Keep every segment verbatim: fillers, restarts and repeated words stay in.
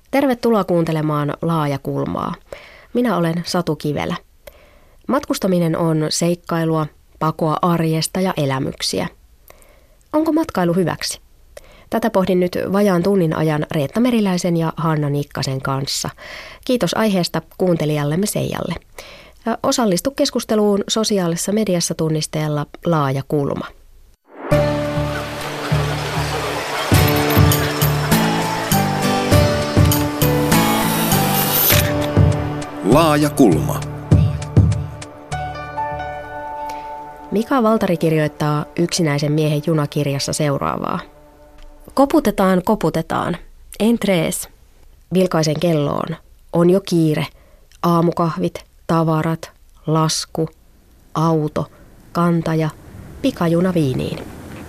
Tervetuloa kuuntelemaan Laajakulmaa. Minä olen Satu Kivelä. Matkustaminen on seikkailua, pakoa arjesta ja elämyksiä. Onko matkailu hyväksi? Tätä pohdin nyt vajaan tunnin ajan Reetta Meriläisen ja Hanna Nikkasen kanssa. Kiitos aiheesta kuuntelijallemme Seijalle. Osallistu keskusteluun sosiaalisessa mediassa tunnisteella Laajakulma. Laajakulma. Mika Valtari kirjoittaa Yksinäisen miehen junakirjassa seuraavaa. Koputetaan, koputetaan. Entres. Vilkaisen kelloon. On jo kiire. Aamukahvit, tavarat, lasku, auto, kantaja, pikajuna viiniin.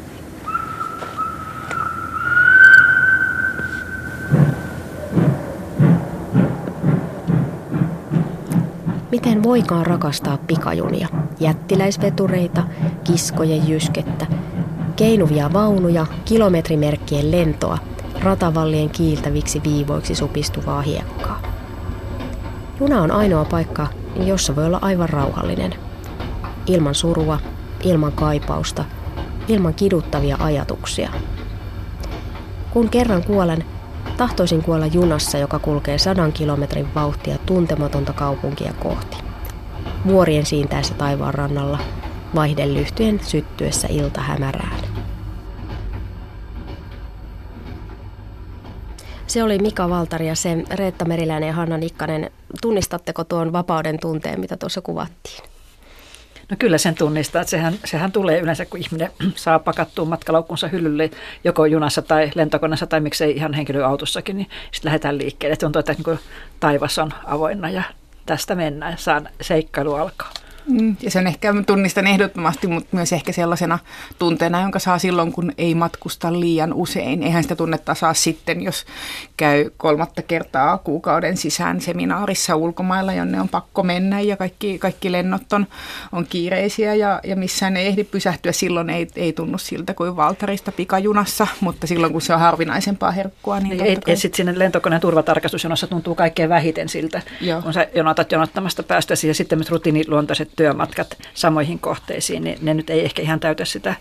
Miten voikaan rakastaa pikajunia, jättiläisvetureita, kiskojen jyskettä, keinuvia vaunuja, kilometrimerkkien lentoa, ratavallien kiiltäviksi viivoiksi supistuvaa hiekkaa. Juna on ainoa paikka, jossa voi olla aivan rauhallinen. Ilman surua, ilman kaipausta, ilman kiduttavia ajatuksia. Kun kerran kuolen, tahtoisin kuolla junassa, joka kulkee sadan kilometrin vauhtia tuntematonta kaupunkia kohti. Vuorien siintäessä taivaan rannalla, vaihdellyhtyjen syttyessä ilta hämärään. Se oli Mika Valtari ja se Reetta Meriläinen ja Hanna Nikkanen. Tunnistatteko tuon vapauden tunteen, mitä tuossa kuvattiin? No kyllä sen tunnistaa, että sehän, sehän tulee yleensä, kun ihminen saa pakattua matkalaukkunsa hyllylle joko junassa tai lentokoneessa tai miksei ihan henkilöautossakin, niin sitten lähdetään liikkeelle. Tuntuu, että niin kuin taivas on avoinna ja tästä mennään ja saan seikkailu alkaa. Mm, ja sen ehkä tunnistan ehdottomasti, mutta myös ehkä sellaisena tunteena, jonka saa silloin, kun ei matkusta liian usein. Eihän sitä tunnetta saa sitten, jos käy kolmatta kertaa kuukauden sisään seminaarissa ulkomailla, jonne on pakko mennä ja kaikki, kaikki lennot on, on kiireisiä ja, ja missään ei ehdi pysähtyä. Silloin ei, ei tunnu siltä kuin Valtarista pikajunassa, mutta silloin kun se on harvinaisempaa herkkua. Niin niin ja sitten sinne lentokoneen turvatarkastusjonossa tuntuu kaikkein vähiten siltä, Joo. kun sä jonotat jonottamasta päästösi ja sitten myös rutiiniluontoiset työmatkat samoihin kohteisiin, niin ne nyt ei ehkä ihan täytä sitä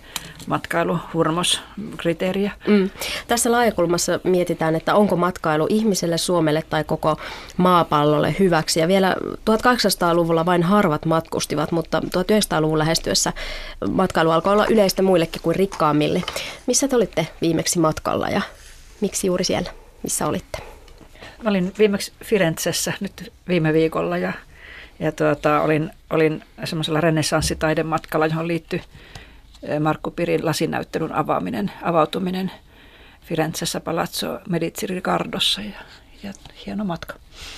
matkailuhurmoskriteeriä. Mm. Tässä Laajakulmassa mietitään, että onko matkailu ihmiselle, Suomelle tai koko maapallolle hyväksi. Ja vielä tuhatkahdeksansataaluvulla vain harvat matkustivat, mutta tuhatyhdeksänsataaluvun lähestyessä matkailu alkoi olla yleistä muillekin kuin rikkaammille. Missä te olitte viimeksi matkalla ja miksi juuri siellä? Missä olitte? Mä olin viimeksi Firenzessä nyt viime viikolla ja Ja tuota, olin, olin semmoisella renessanssitaidematkalla, johon liittyi Markku Pirin lasinäyttelyn avaaminen, avautuminen Firenzessä Palazzo Medici Ricardossa ja, ja hieno matka.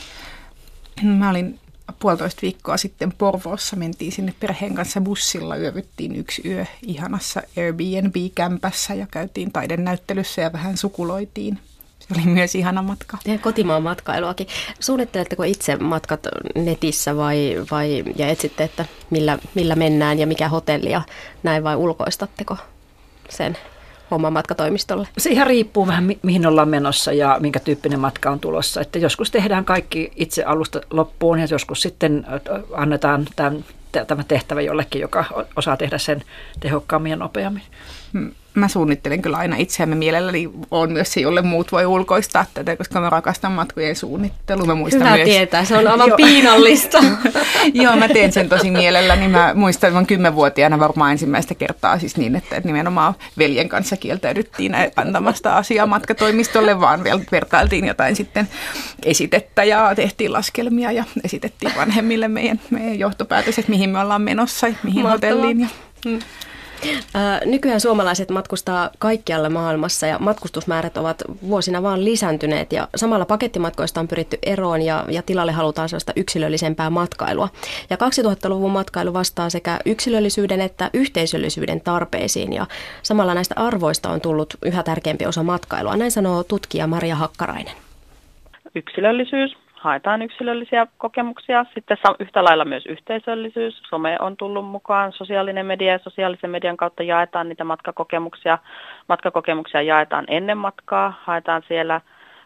Mä olin puolitoista viikkoa sitten Porvoossa, mentiin sinne perheen kanssa bussilla, yövyttiin yksi yö ihanassa Airbnb-kämpässä ja käytiin taidenäyttelyssä ja vähän sukuloitiin. Se oli myös ihana matka. Ja kotimaan matkailuakin. Suunnitteletteko itse matkat netissä vai, vai ja etsitte, että millä, millä mennään ja mikä hotelli ja näin vai ulkoistatteko sen oman matkatoimistolle? Se ihan riippuu vähän mi- mihin ollaan menossa ja minkä tyyppinen matka on tulossa. Että joskus tehdään kaikki itse alusta loppuun ja joskus sitten annetaan tämän, tämä tehtävä jollekin, joka osaa tehdä sen tehokkaammin ja nopeammin. Hmm. Mä suunnittelen kyllä aina itseämme mielelläni, on myös se, jolle muut voi ulkoistaa tätä, koska mä rakastan matkojen suunnittelua. Mä muistan Hyvä myös... tietää, se on aivan piinallista. Joo, mä teen sen tosi mielelläni. Mä muistan, että kymmenvuotiaana varmaan ensimmäistä kertaa siis niin, että nimenomaan veljen kanssa kieltäydyttiin antamasta asiaa matkatoimistolle, vaan vertailtiin jotain sitten esitettä ja tehtiin laskelmia ja esitettiin vanhemmille meidän, meidän johtopäätös, että mihin me ollaan menossa, mihin Mahtavaa. hotelliin. Ja... Hmm. Nykyään suomalaiset matkustaa kaikkialle maailmassa ja matkustusmäärät ovat vuosina vaan lisääntyneet ja samalla pakettimatkoista on pyritty eroon ja, ja tilalle halutaan sellaista yksilöllisempää matkailua. Ja kaksituhattaluvun matkailu vastaa sekä yksilöllisyyden että yhteisöllisyyden tarpeisiin ja samalla näistä arvoista on tullut yhä tärkeämpi osa matkailua. Näin sanoo tutkija Maria Hakkarainen. Yksilöllisyys. Haetaan yksilöllisiä kokemuksia. Sitten yhtä lailla myös yhteisöllisyys. Some on tullut mukaan, sosiaalinen media ja sosiaalisen median kautta jaetaan niitä matkakokemuksia. Matkakokemuksia jaetaan ennen matkaa, haetaan siellä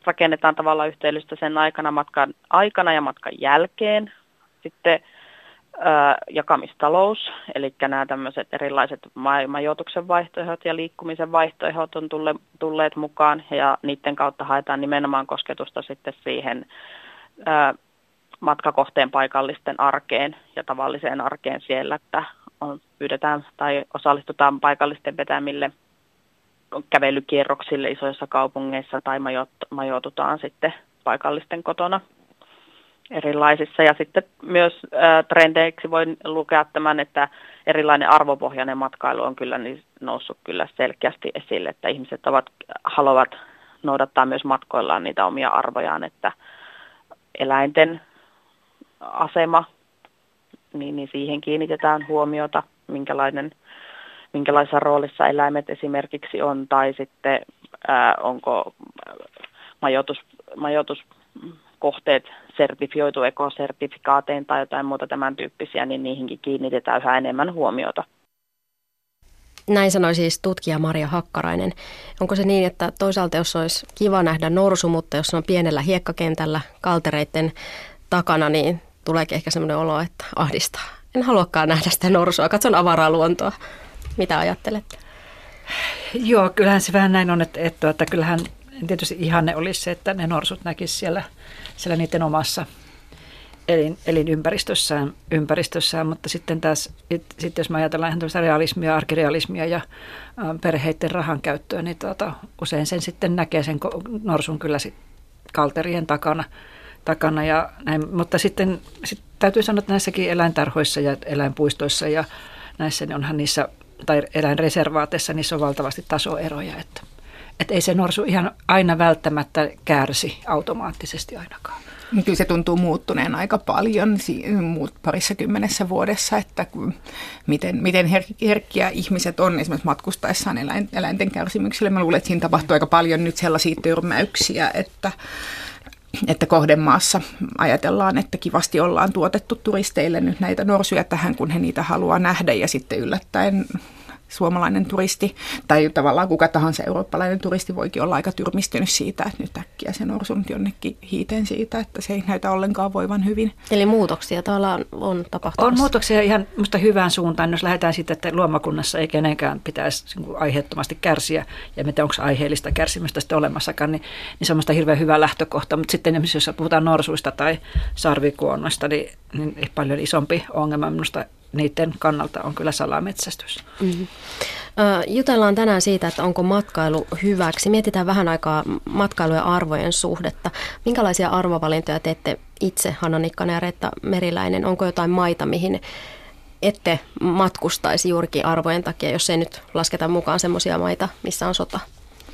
rakennetaan tavallaan yhteistyötä sen aikana, matkan aikana ja matkan jälkeen. Sitten ää, jakamistalous, eli nämä tämmöiset erilaiset majoituksen vaihtoehdot ja liikkumisen vaihtoehdot on tulle, tulleet mukaan, ja niiden kautta haetaan nimenomaan kosketusta sitten siihen ää, matkakohteen paikallisten arkeen ja tavalliseen arkeen siellä, että on, pyydetään tai osallistutaan paikallisten vetämille kävelykierroksille isoissa kaupungeissa tai majoitutaan sitten paikallisten kotona erilaisissa. Ja sitten myös äh, trendeiksi voin lukea tämän, että erilainen arvopohjainen matkailu on kyllä niin noussut kyllä selkeästi esille, että ihmiset ovat, haluavat noudattaa myös matkoillaan niitä omia arvojaan, että eläinten asema, niin, niin siihen kiinnitetään huomiota, minkälainen minkälaisessa roolissa eläimet esimerkiksi on, tai sitten ää, onko majoitus, majoituskohteet sertifioitu ekosertifikaatein tai jotain muuta tämän tyyppisiä, niin niihinkin kiinnitetään yhä enemmän huomiota. Näin sanoi siis tutkija Maria Hakkarainen. Onko se niin, että toisaalta jos olisi kiva nähdä norsu, mutta jos on pienellä hiekkakentällä kaltereiden takana, niin tuleekin ehkä sellainen olo, että ahdistaa. En haluakaan nähdä sitä norsua, katson avaraa luontoa. Mitä ajattelette? Joo, kyllähän se vähän näin on, että, että, että kyllähän tietysti ihanne olisi se, että ne norsut näkisivät siellä, siellä niiden omassa elin, elinympäristössään, ympäristössään, mutta sitten taas, sit jos me ajatellaan tämmöistä realismia, arkirealismia ja ä, perheiden rahan käyttöä, niin tuota, usein sen sitten näkee sen norsun kyllä sit kalterien takana. takana ja näin. Mutta sitten sit täytyy sanoa, että näissäkin eläintarhoissa ja eläinpuistoissa ja näissä niin onhan niissä, tai eläinreservaateissa, niissä on valtavasti tasoeroja, että, että ei se norsu ihan aina välttämättä kärsi automaattisesti ainakaan. Kyllä se tuntuu muuttuneen aika paljon parissa kymmenessä vuodessa, että miten, miten herkkiä ihmiset on esimerkiksi matkustaessaan eläinten kärsimyksille. Mä luulen, että siinä tapahtuu aika paljon nyt sellaisia törmäyksiä, että että kohdemaassa ajatellaan, että kivasti ollaan tuotettu turisteille nyt näitä norsuja tähän, kun he niitä haluaa nähdä, ja sitten yllättäen suomalainen turisti tai tavallaan kuka tahansa eurooppalainen turisti voikin olla aika tyrmistynyt siitä, että nyt äkkiä se norsu nyt jonnekin hiiteen siitä, että se ei näytä ollenkaan voivan hyvin. Eli muutoksia täällä on, on tapahtumassa. On muutoksia ihan musta hyvään suuntaan, jos lähdetään siitä, että luomakunnassa ei kenenkään pitäisi aiheettomasti kärsiä, ja mitä onko aiheellista kärsimystä sitten olemassakaan, niin, niin se on musta hirveän hyvä lähtökohta. Mutta sitten esimerkiksi jos puhutaan norsuista tai sarvikuonnoista, niin, niin paljon isompi ongelma minusta niiden kannalta on kyllä salametsästys. Mm-hmm. Jutellaan tänään siitä, että onko matkailu hyväksi. Mietitään vähän aikaa matkailu- ja arvojen suhdetta. Minkälaisia arvovalintoja teette itse, Hanna Nikkanen ja Reetta Meriläinen? Onko jotain maita, mihin ette matkustaisi juurikin arvojen takia, jos ei nyt lasketa mukaan semmoisia maita, missä on sota?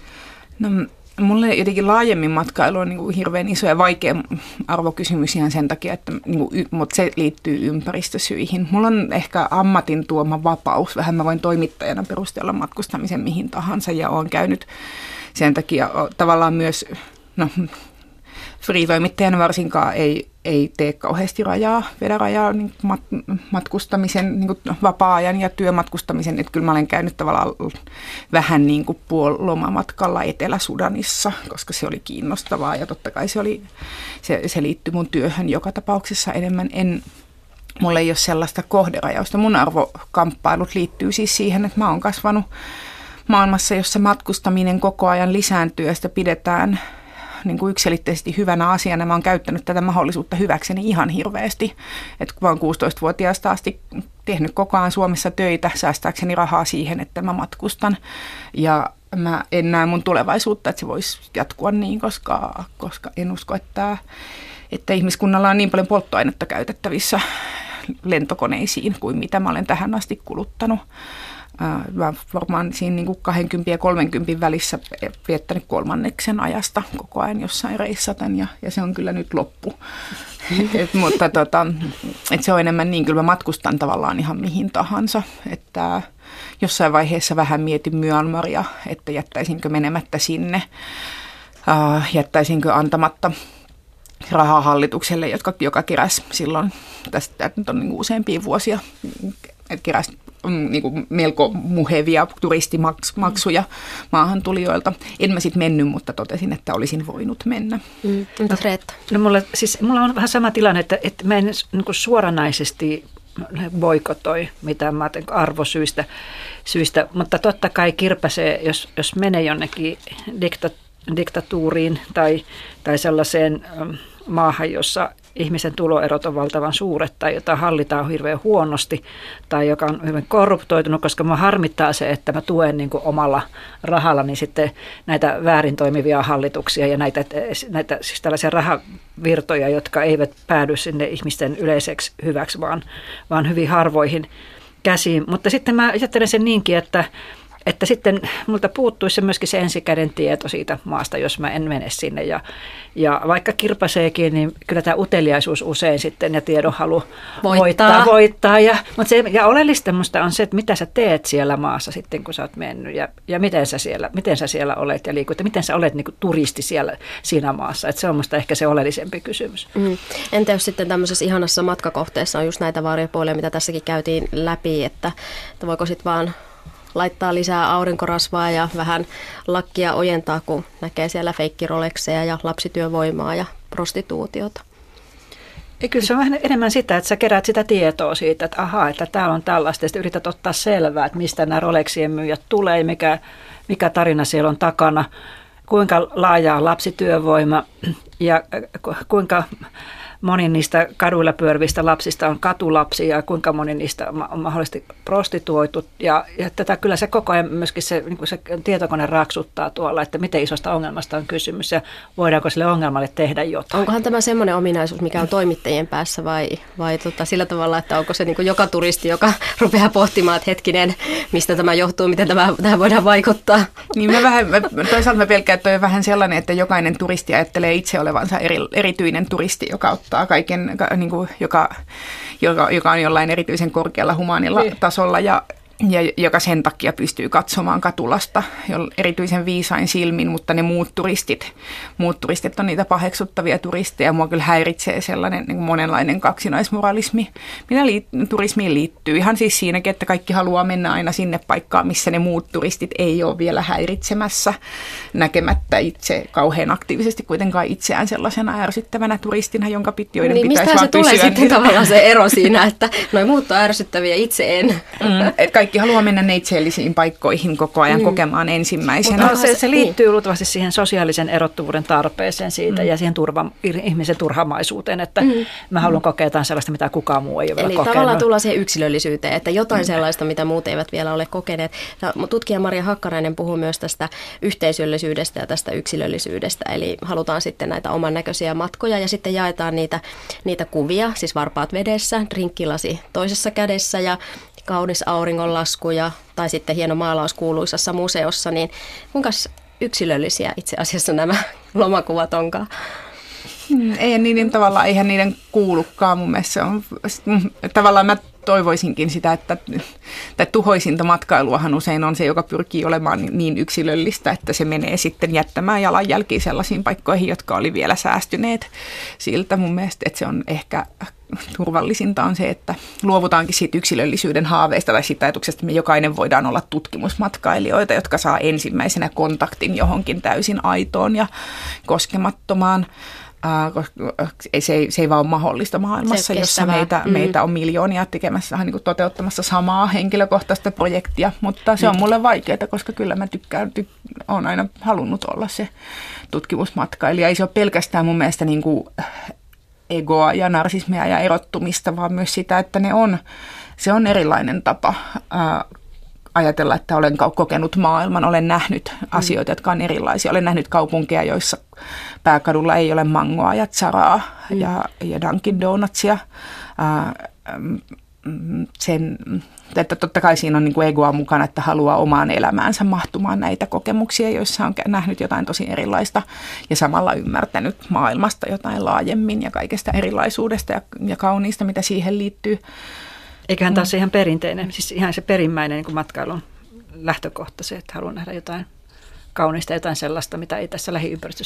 No, mulle jotenkin laajemmin matkailu on niin kuin hirveän iso ja vaikea arvokysymys ihan sen takia, että niin kuin, mutta se liittyy ympäristösyihin. Mulla on ehkä ammatin tuoma vapaus. Vähän mä voin toimittajana perustella matkustamisen mihin tahansa ja olen käynyt sen takia tavallaan myös, no free-toimittajana varsinkaan ei, ei tee kauheasti rajaa, vedä rajaa niin mat, matkustamisen, niin kuin vapaa-ajan ja työmatkustamisen. Että kyllä mä olen käynyt tavallaan vähän niin kuin puolilomamatkalla Etelä-Sudanissa, koska se oli kiinnostavaa ja totta kai se, oli, se, se liittyi mun työhön joka tapauksessa enemmän. En, mulla ei ole sellaista kohderajausta. Mun arvokamppailut liittyy siis siihen, että mä oon kasvanut maailmassa, jossa matkustaminen koko ajan lisääntyy ja sitä pidetään niin kuin yksiselitteisesti hyvänä asiana. Mä oon käyttänyt tätä mahdollisuutta hyväkseni ihan hirveästi. Et kun mä oon kuusitoistavuotiaasta asti tehnyt koko ajan Suomessa töitä säästääkseni rahaa siihen, että mä matkustan. Ja mä en näe mun tulevaisuutta, että se voisi jatkua niin, koska, koska en usko, että, että ihmiskunnalla on niin paljon polttoainetta käytettävissä lentokoneisiin kuin mitä mä olen tähän asti kuluttanut. Mä varmaan siinä niin kuin kaksikymmentä ja kolmekymmentä välissä viettänyt kolmanneksen ajasta koko ajan jossain reissaten ja, ja se on kyllä nyt loppu. et, mutta tota, et se on enemmän niin, kyllä mä matkustan tavallaan ihan mihin tahansa. Että jossain vaiheessa vähän mietin Myanmaria, että jättäisinkö menemättä sinne, äh, jättäisinkö antamatta rahaa hallitukselle, jotka, joka keräsi silloin, tästä nyt on niin useampia vuosia, että keräsi niin kuin melko muhevia turistimaksuja maahantulijoilta. En mä sitten mennyt, mutta totesin, että olisin voinut mennä. Mm. Entäs Reetta? No mulla, siis, mulla on vähän sama tilanne, että, että mä en niin kuin suoranaisesti boikotoi mitään mä arvosyistä, syistä, mutta totta kai kirpäsee, jos, jos menee jonnekin dikta, diktatuuriin tai, tai sellaiseen maahan, jossa ihmisen tuloerot on valtavan suuret tai jota hallitaan hirveän huonosti tai joka on hyvin korruptoitunut, koska mä harmittaa se, että mä tuen niin kuin omalla rahallani sitten näitä väärin toimivia hallituksia ja näitä, näitä siis tällaisia rahavirtoja, jotka eivät päädy sinne ihmisten yleiseksi hyväksi, vaan, vaan hyvin harvoihin käsiin. Mutta sitten mä ajattelen sen niinkin, että Että sitten multa puuttuisi myöskin se ensikäden tieto siitä maasta, jos mä en mene sinne. Ja, ja vaikka kirpaseekin, niin kyllä tämä uteliaisuus usein sitten ja tiedonhalu voittaa. voittaa, voittaa. Ja, mutta se, ja oleellista musta on se, että mitä sä teet siellä maassa sitten, kun sä oot mennyt. Ja, ja miten, sä siellä, miten sä siellä olet ja liikut. Ja miten sä olet niin kuin turisti siellä siinä maassa. Että se on musta ehkä se oleellisempi kysymys. Mm. Entä jos sitten tämmöisessä ihanassa matkakohteessa on just näitä varjopuolia, mitä tässäkin käytiin läpi, että, että voiko sitten vaan laittaa lisää aurinkorasvaa ja vähän lakkia ojentaa, kun näkee siellä feikkirolekseja ja lapsityövoimaa ja prostituutiota. Ja kyllä se on vähän enemmän sitä, että sä keräät sitä tietoa siitä, että ahaa, että täällä on tällaista, ja sitten yrität ottaa selvää, että mistä nämä Rolexien myyjät tulee, mikä, mikä tarina siellä on takana, kuinka laaja on lapsityövoima ja kuinka moni niistä kaduilla pyörivistä lapsista on katulapsia ja kuinka moni niistä on mahdollisesti prostituoitu. Ja, ja tätä kyllä se koko ajan myöskin se, niin kuin se tietokone raksuttaa tuolla, että miten isosta ongelmasta on kysymys ja voidaanko sille ongelmalle tehdä jotain. Onkohan tämä semmoinen ominaisuus, mikä on toimittajien päässä vai, vai tota, sillä tavalla, että onko se niin kuin joka turisti, joka rupeaa pohtimaan, että hetkinen, mistä tämä johtuu, miten tämä, tähän voidaan vaikuttaa? Niin mä vähän, mä, toisaalta mä pelkään, että on vähän sellainen, että jokainen turisti ajattelee itse olevansa eri, erityinen turisti, joka ottaa kaiken, niin kuin, joka, joka, joka on jollain erityisen korkealla humaanilla niin. tasolla ja, ja joka sen takia pystyy katsomaan katulasta erityisen viisain silmin, mutta ne muut turistit, muut turistit on niitä paheksuttavia turisteja. Mua kyllä häiritsee sellainen niin kuin monenlainen kaksinaismoralismi, mitä liit, turismiin liittyy. Ihan siis siinäkin, että kaikki haluaa mennä aina sinne paikkaan, missä ne muut turistit ei ole vielä häiritsemässä, näkemättä itse kauhean aktiivisesti kuitenkaan itseään sellaisena ärsyttävänä turistina, jonka pit, joiden niin, pitäisi vaan pysyä. Mistä se tulee sitten tavallaan se ero siinä, että noi muut on ärsyttäviä, itse en. Mm, et kaikki haluaa mennä neitseellisiin paikkoihin koko ajan mm. kokemaan ensimmäisenä. Mutta se, se liittyy niin. luultavasti siihen sosiaalisen erottuvuuden tarpeeseen siitä mm. ja siihen turva, ihmisen turhamaisuuteen, että mm. mä haluan kokea jotain sellaista, mitä kukaan muu ei ole Eli vielä kokenut. Eli tavallaan tullaan siihen yksilöllisyyteen, että jotain mm. sellaista, mitä muut eivät vielä ole kokeneet. Tutkija Maria Hakkarainen puhuu myös tästä yhteisöllisyydestä ja tästä yksilöllisyydestä, eli halutaan sitten näitä oman näköisiä matkoja ja sitten jaetaan niitä, niitä kuvia, siis varpaat vedessä, drinkkilasi toisessa kädessä ja kaunis auringonlasku ja, tai sitten hieno maalaus kuuluisassa museossa, niin kuinka yksilöllisiä itse asiassa nämä lomakuvat onkaan? Ei niiden tavallaan, eihän niiden kuulukaan mun mielestä. Se on, tavallaan mä toivoisinkin sitä, että, että tuhoisinta matkailuahan usein on se, joka pyrkii olemaan niin yksilöllistä, että se menee sitten jättämään jalanjälkiä sellaisiin paikkoihin, jotka oli vielä säästyneet siltä. Mun mielestä, että se on ehkä turvallisinta on se, että luovutaankin siitä yksilöllisyyden haaveista tai siitä ajatuksesta, että me jokainen voidaan olla tutkimusmatkailijoita, jotka saa ensimmäisenä kontaktin johonkin täysin aitoon ja koskemattomaan. Äh, koska se ei, se ei vaan ole mahdollista maailmassa, jossa meitä, mm. meitä on miljoonia tekemässä, niin kuin toteuttamassa samaa henkilökohtaista projektia, mutta se on mulle vaikeaa, koska kyllä mä tykkään, tyk, olen aina halunnut olla se tutkimusmatkailija. Ei se ole pelkästään mun mielestä niin kuin egoa ja narsismia ja erottumista, vaan myös sitä, että ne on, se on erilainen tapa ää, ajatella, että olen kokenut maailman, olen nähnyt asioita, jotka on erilaisia. Olen nähnyt kaupunkeja, joissa pääkadulla ei ole mangoa ja Zaraa mm. ja, ja Dunkin Donutsia. Ää, sen, että totta kai siinä on niin kuin egoa mukana, että haluaa omaan elämäänsä mahtumaan näitä kokemuksia, joissa on nähnyt jotain tosi erilaista ja samalla ymmärtänyt maailmasta jotain laajemmin ja kaikesta erilaisuudesta ja, ja kauniista, mitä siihen liittyy. Eiköhän taas se ihan perinteinen, siis ihan se perimmäinen niin kuin matkailun lähtökohta se, että haluan nähdä jotain kaunista, jotain sellaista, mitä ei tässä lähiympäristössä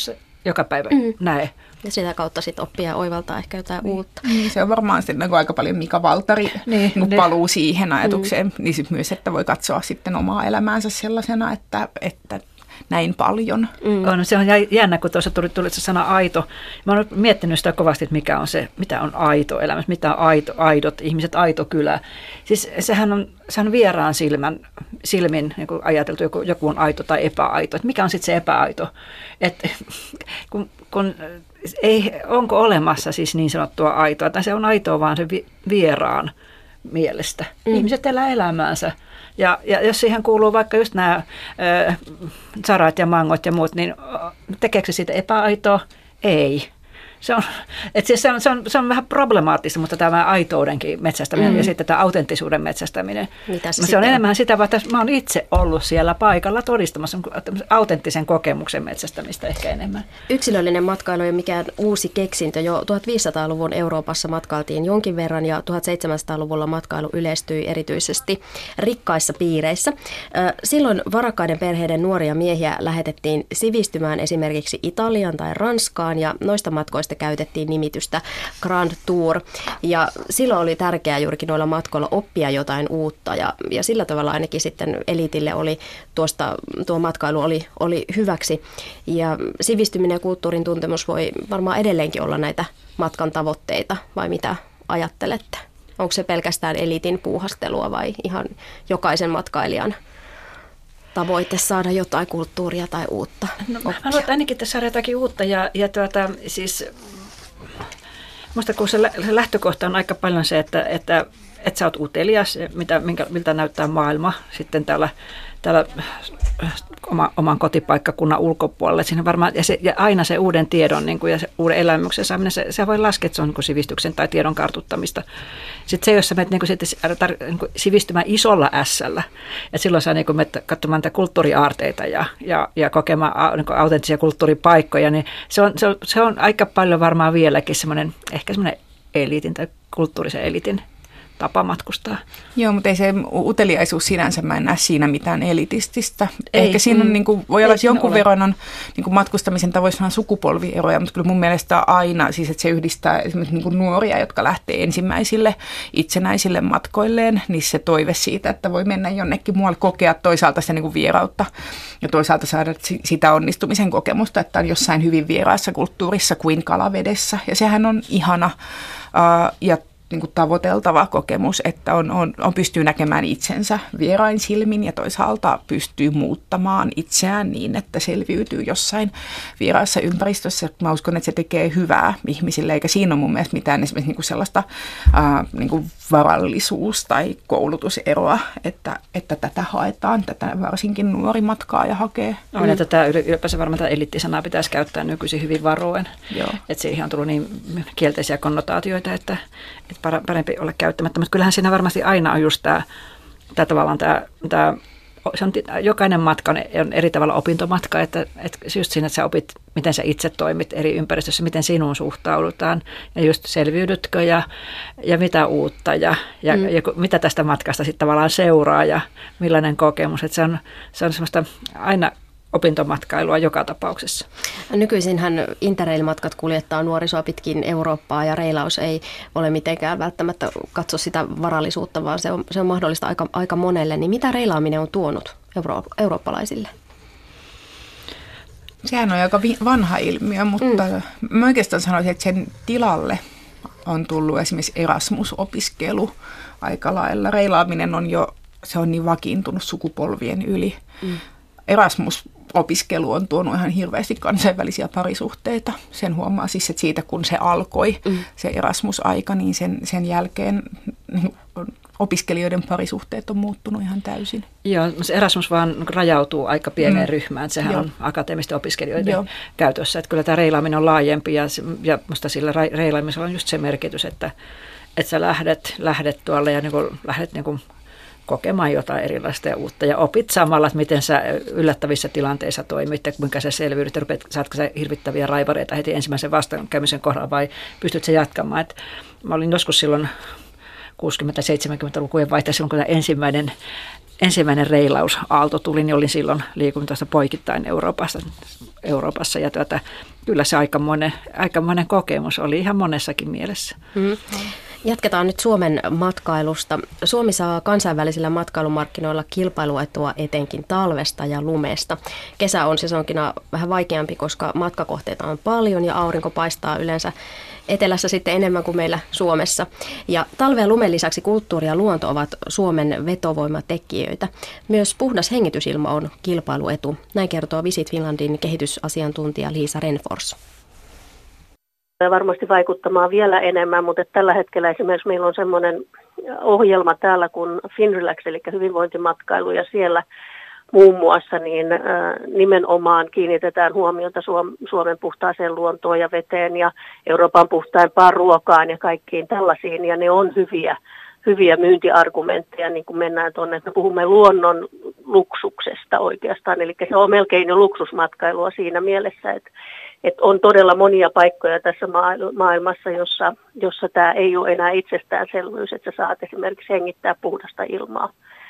joka päivä mm. näe. Ja sitä kautta sitten oppia ja oivaltaa ehkä jotain niin. uutta. Niin, se on varmaan sitten niin aika paljon Mika Valtari niin, niin paluu siihen ajatukseen. Mm. Niin sit myös, että voi katsoa sitten omaa elämäänsä sellaisena, että, että näin paljon. Mm. On, se on jännä, kun tuossa tuli, tuli se sana aito. Mä oon miettinyt sitä kovasti, että mikä on se, mitä on aito elämässä, mitä on aito, aidot ihmiset, aito kylä. Siis sehän on, sehän on vieraan silmän, silmin niin ajateltu, joku, joku on aito tai epäaito. Että mikä on sitten se epäaito? Et, kun, kun, ei, onko olemassa siis niin sanottua aitoa, tai se on aitoa vaan se vi, vieraan mielestä. Mm. Ihmiset elää elämäänsä. Ja, ja jos siihen kuuluu vaikka just nämä ö, sarat ja mangot ja muut, niin tekeekö se siitä epäaitoa? Ei. Se on, et siis se, on, se, on, se on vähän problemaattista, mutta tämä aitoudenkin metsästäminen mm. ja sitten tämä autenttisuuden metsästäminen. Mitä se, se on enemmän sitä, että mä oon itse ollut siellä paikalla todistamassa autenttisen kokemuksen metsästämistä ehkä enemmän. Yksilöllinen matkailu ei ole mikään uusi keksintö. Jo tuhatviisisataaluvun Euroopassa matkailtiin jonkin verran ja tuhatseitsemänsataaluvulla matkailu yleistyi erityisesti rikkaissa piireissä. Silloin varakkaiden perheiden nuoria miehiä lähetettiin sivistymään esimerkiksi Italiaan tai Ranskaan ja noista matkoista käytettiin nimitystä Grand Tour. Ja silloin oli tärkeää juurikin noilla matkoilla oppia jotain uutta ja, ja sillä tavalla ainakin sitten eliitille oli tuosta, tuo matkailu oli, oli hyväksi. Ja sivistyminen ja kulttuurin tuntemus voi varmaan edelleenkin olla näitä matkan tavoitteita, vai mitä ajattelette? Onko se pelkästään eliitin puuhastelua vai ihan jokaisen matkailijan tavoite saada jotain kulttuuria tai uutta? No, mä haluan ainakin tässä saada jotakin uutta ja, ja tuota, siis musta kun se lähtökohta on aika paljon se, että, että, että sä oot utelias, mitä, minkä, miltä näyttää maailma sitten täällä, täällä oma, oman kotipaikkakunnan ulkopuolella. Siinä varmaan, ja, se, ja aina se uuden tiedon niin kuin, ja se uuden elämyksen saaminen, se, se voi laskea, että se on niin kuin sivistyksen tai tiedon kartuttamista. Sitten se, jos sä menet niin kuin, sitten, niin kuin, sivistymään isolla ässällä, ja silloin sä niin kuin, menet katsomaan näitä kulttuuriaarteita ja, ja, ja kokemaan niin kuin, autenttisia kulttuuripaikkoja, niin se on, se, on, se on aika paljon varmaan vieläkin semmoinen, ehkä semmoinen eliitin tai kulttuurisen eliitin tapa matkustaa. Joo, mutta ei se uteliaisuus sinänsä, mä en näe siinä mitään elitististä. Ei, Ehkä siinä on, mm, niin kuin, voi olla, että jonkun ole. verran on niin kuin matkustamisen tavoissa vähän sukupolvieroja, mutta kyllä mun mielestä aina, siis että se yhdistää esimerkiksi niin kuin nuoria, jotka lähtee ensimmäisille itsenäisille matkoilleen, niin se toive siitä, että voi mennä jonnekin muualle kokea toisaalta sitä niin kuin vierautta ja toisaalta saada sitä onnistumisen kokemusta, että on jossain hyvin vieraassa kulttuurissa kuin kalavedessä. Ja sehän on ihana uh, ja niin kuin tavoiteltava kokemus, että on, on, on pystyy näkemään itsensä vierain silmin ja toisaalta pystyy muuttamaan itseään niin, että selviytyy jossain vieraassa ympäristössä. Mä uskon, että se tekee hyvää ihmisille, eikä siinä ole mun mielestä mitään esimerkiksi niin kuin sellaista ää, niin kuin varallisuus- tai koulutuseroa, että, että tätä haetaan, tätä varsinkin nuori matkaa ja hakee. On, että tämä ylipäänsä varmaan tämä eliittisanaa pitäisi käyttää nykyisin hyvin varoen. Joo. Että siihen on tullut niin kielteisiä konnotaatioita, että että parempi olla käyttämättä, mutta kyllähän siinä varmasti aina on just tämä, tämä tavallaan tämä, tämä se on, jokainen matka on eri tavalla opintomatka, että, että just siinä, että sä opit, miten sä itse toimit eri ympäristössä, miten sinuun suhtaudutaan ja just selviydytkö ja, ja mitä uutta ja, ja, mm. ja mitä tästä matkasta sitten tavallaan seuraa ja millainen kokemus, että se on, se on semmoista aina opintomatkailua joka tapauksessa. Nykyisinhän Interrail-matkat kuljettaa nuorisoa pitkin Eurooppaa ja reilaus ei ole mitenkään välttämättä katso sitä varallisuutta, vaan se on, se on mahdollista aika, aika monelle. Niin mitä reilaaminen on tuonut euro, eurooppalaisille? Sehän on aika vanha ilmiö, mutta mm. mä oikeastaan sanoisin, että sen tilalle on tullut esimerkiksi Erasmus-opiskelu aika lailla. Reilaaminen on jo, se on niin vakiintunut sukupolvien yli. Mm. Erasmus-opiskelu on tuonut ihan hirveästi kansainvälisiä parisuhteita. Sen huomaa siis, että siitä kun se alkoi, mm. se Erasmus-aika, niin sen, sen jälkeen opiskelijoiden parisuhteet on muuttunut ihan täysin. Joo, se Erasmus vaan rajautuu aika pieneen mm. ryhmään. Sehän Joo. on akateemisten opiskelijoiden Joo. käytössä. Että kyllä tämä reilaaminen on laajempi ja, ja musta sillä reilaamisella on just se merkitys, että, että sä lähdet, lähdet tuolle ja niin kuin, lähdet niin kuin kokemaan jotain erilaista ja uutta ja opit samalla, että miten sä yllättävissä tilanteissa toimit ja kuinka sä selviydyt ja rupeat, saatko sä hirvittäviä raivareita heti ensimmäisen vastaankäymisen kohdalla vai pystyt sä jatkamaan. Et mä olin joskus silloin kuusikymmentä-seitsemänkymmentälukujen vaihteessa, silloin kun tämä ensimmäinen ensimmäinen reilausaalto tuli, niin olin silloin liikuntaista poikittain Euroopassa, Euroopassa ja tuota, kyllä se aikamoinen, aikamoinen kokemus oli ihan monessakin mielessä. Mm. Jatketaan nyt Suomen matkailusta. Suomi saa kansainvälisillä matkailumarkkinoilla kilpailuetua etenkin talvesta ja lumesta. Kesä on sesonkina vähän vaikeampi, koska matkakohteita on paljon ja aurinko paistaa yleensä etelässä sitten enemmän kuin meillä Suomessa. Ja talven ja lumen lisäksi kulttuuri ja luonto ovat Suomen vetovoimatekijöitä. Myös puhdas hengitysilma on kilpailuetu. Näin kertoo Visit Finlandin kehitysasiantuntija Liisa Renfors. Varmasti vaikuttamaan vielä enemmän, mutta tällä hetkellä esimerkiksi meillä on semmoinen ohjelma täällä kuin Finrelax, eli hyvinvointimatkailu, ja siellä muun muassa niin nimenomaan kiinnitetään huomiota Suomen puhtaaseen luontoon ja veteen ja Euroopan puhtaimpaan ruokaan ja kaikkiin tällaisiin, ja ne on hyviä, hyviä myyntiargumentteja, niin kuin mennään tuonne, että me puhumme luonnon luksuksesta oikeastaan, eli se on melkein jo luksusmatkailua siinä mielessä, että Että on todella monia paikkoja tässä maailmassa, jossa, jossa tämä ei ole enää itsestäänselvyys, että sä saat esimerkiksi hengittää puhdasta ilmaa.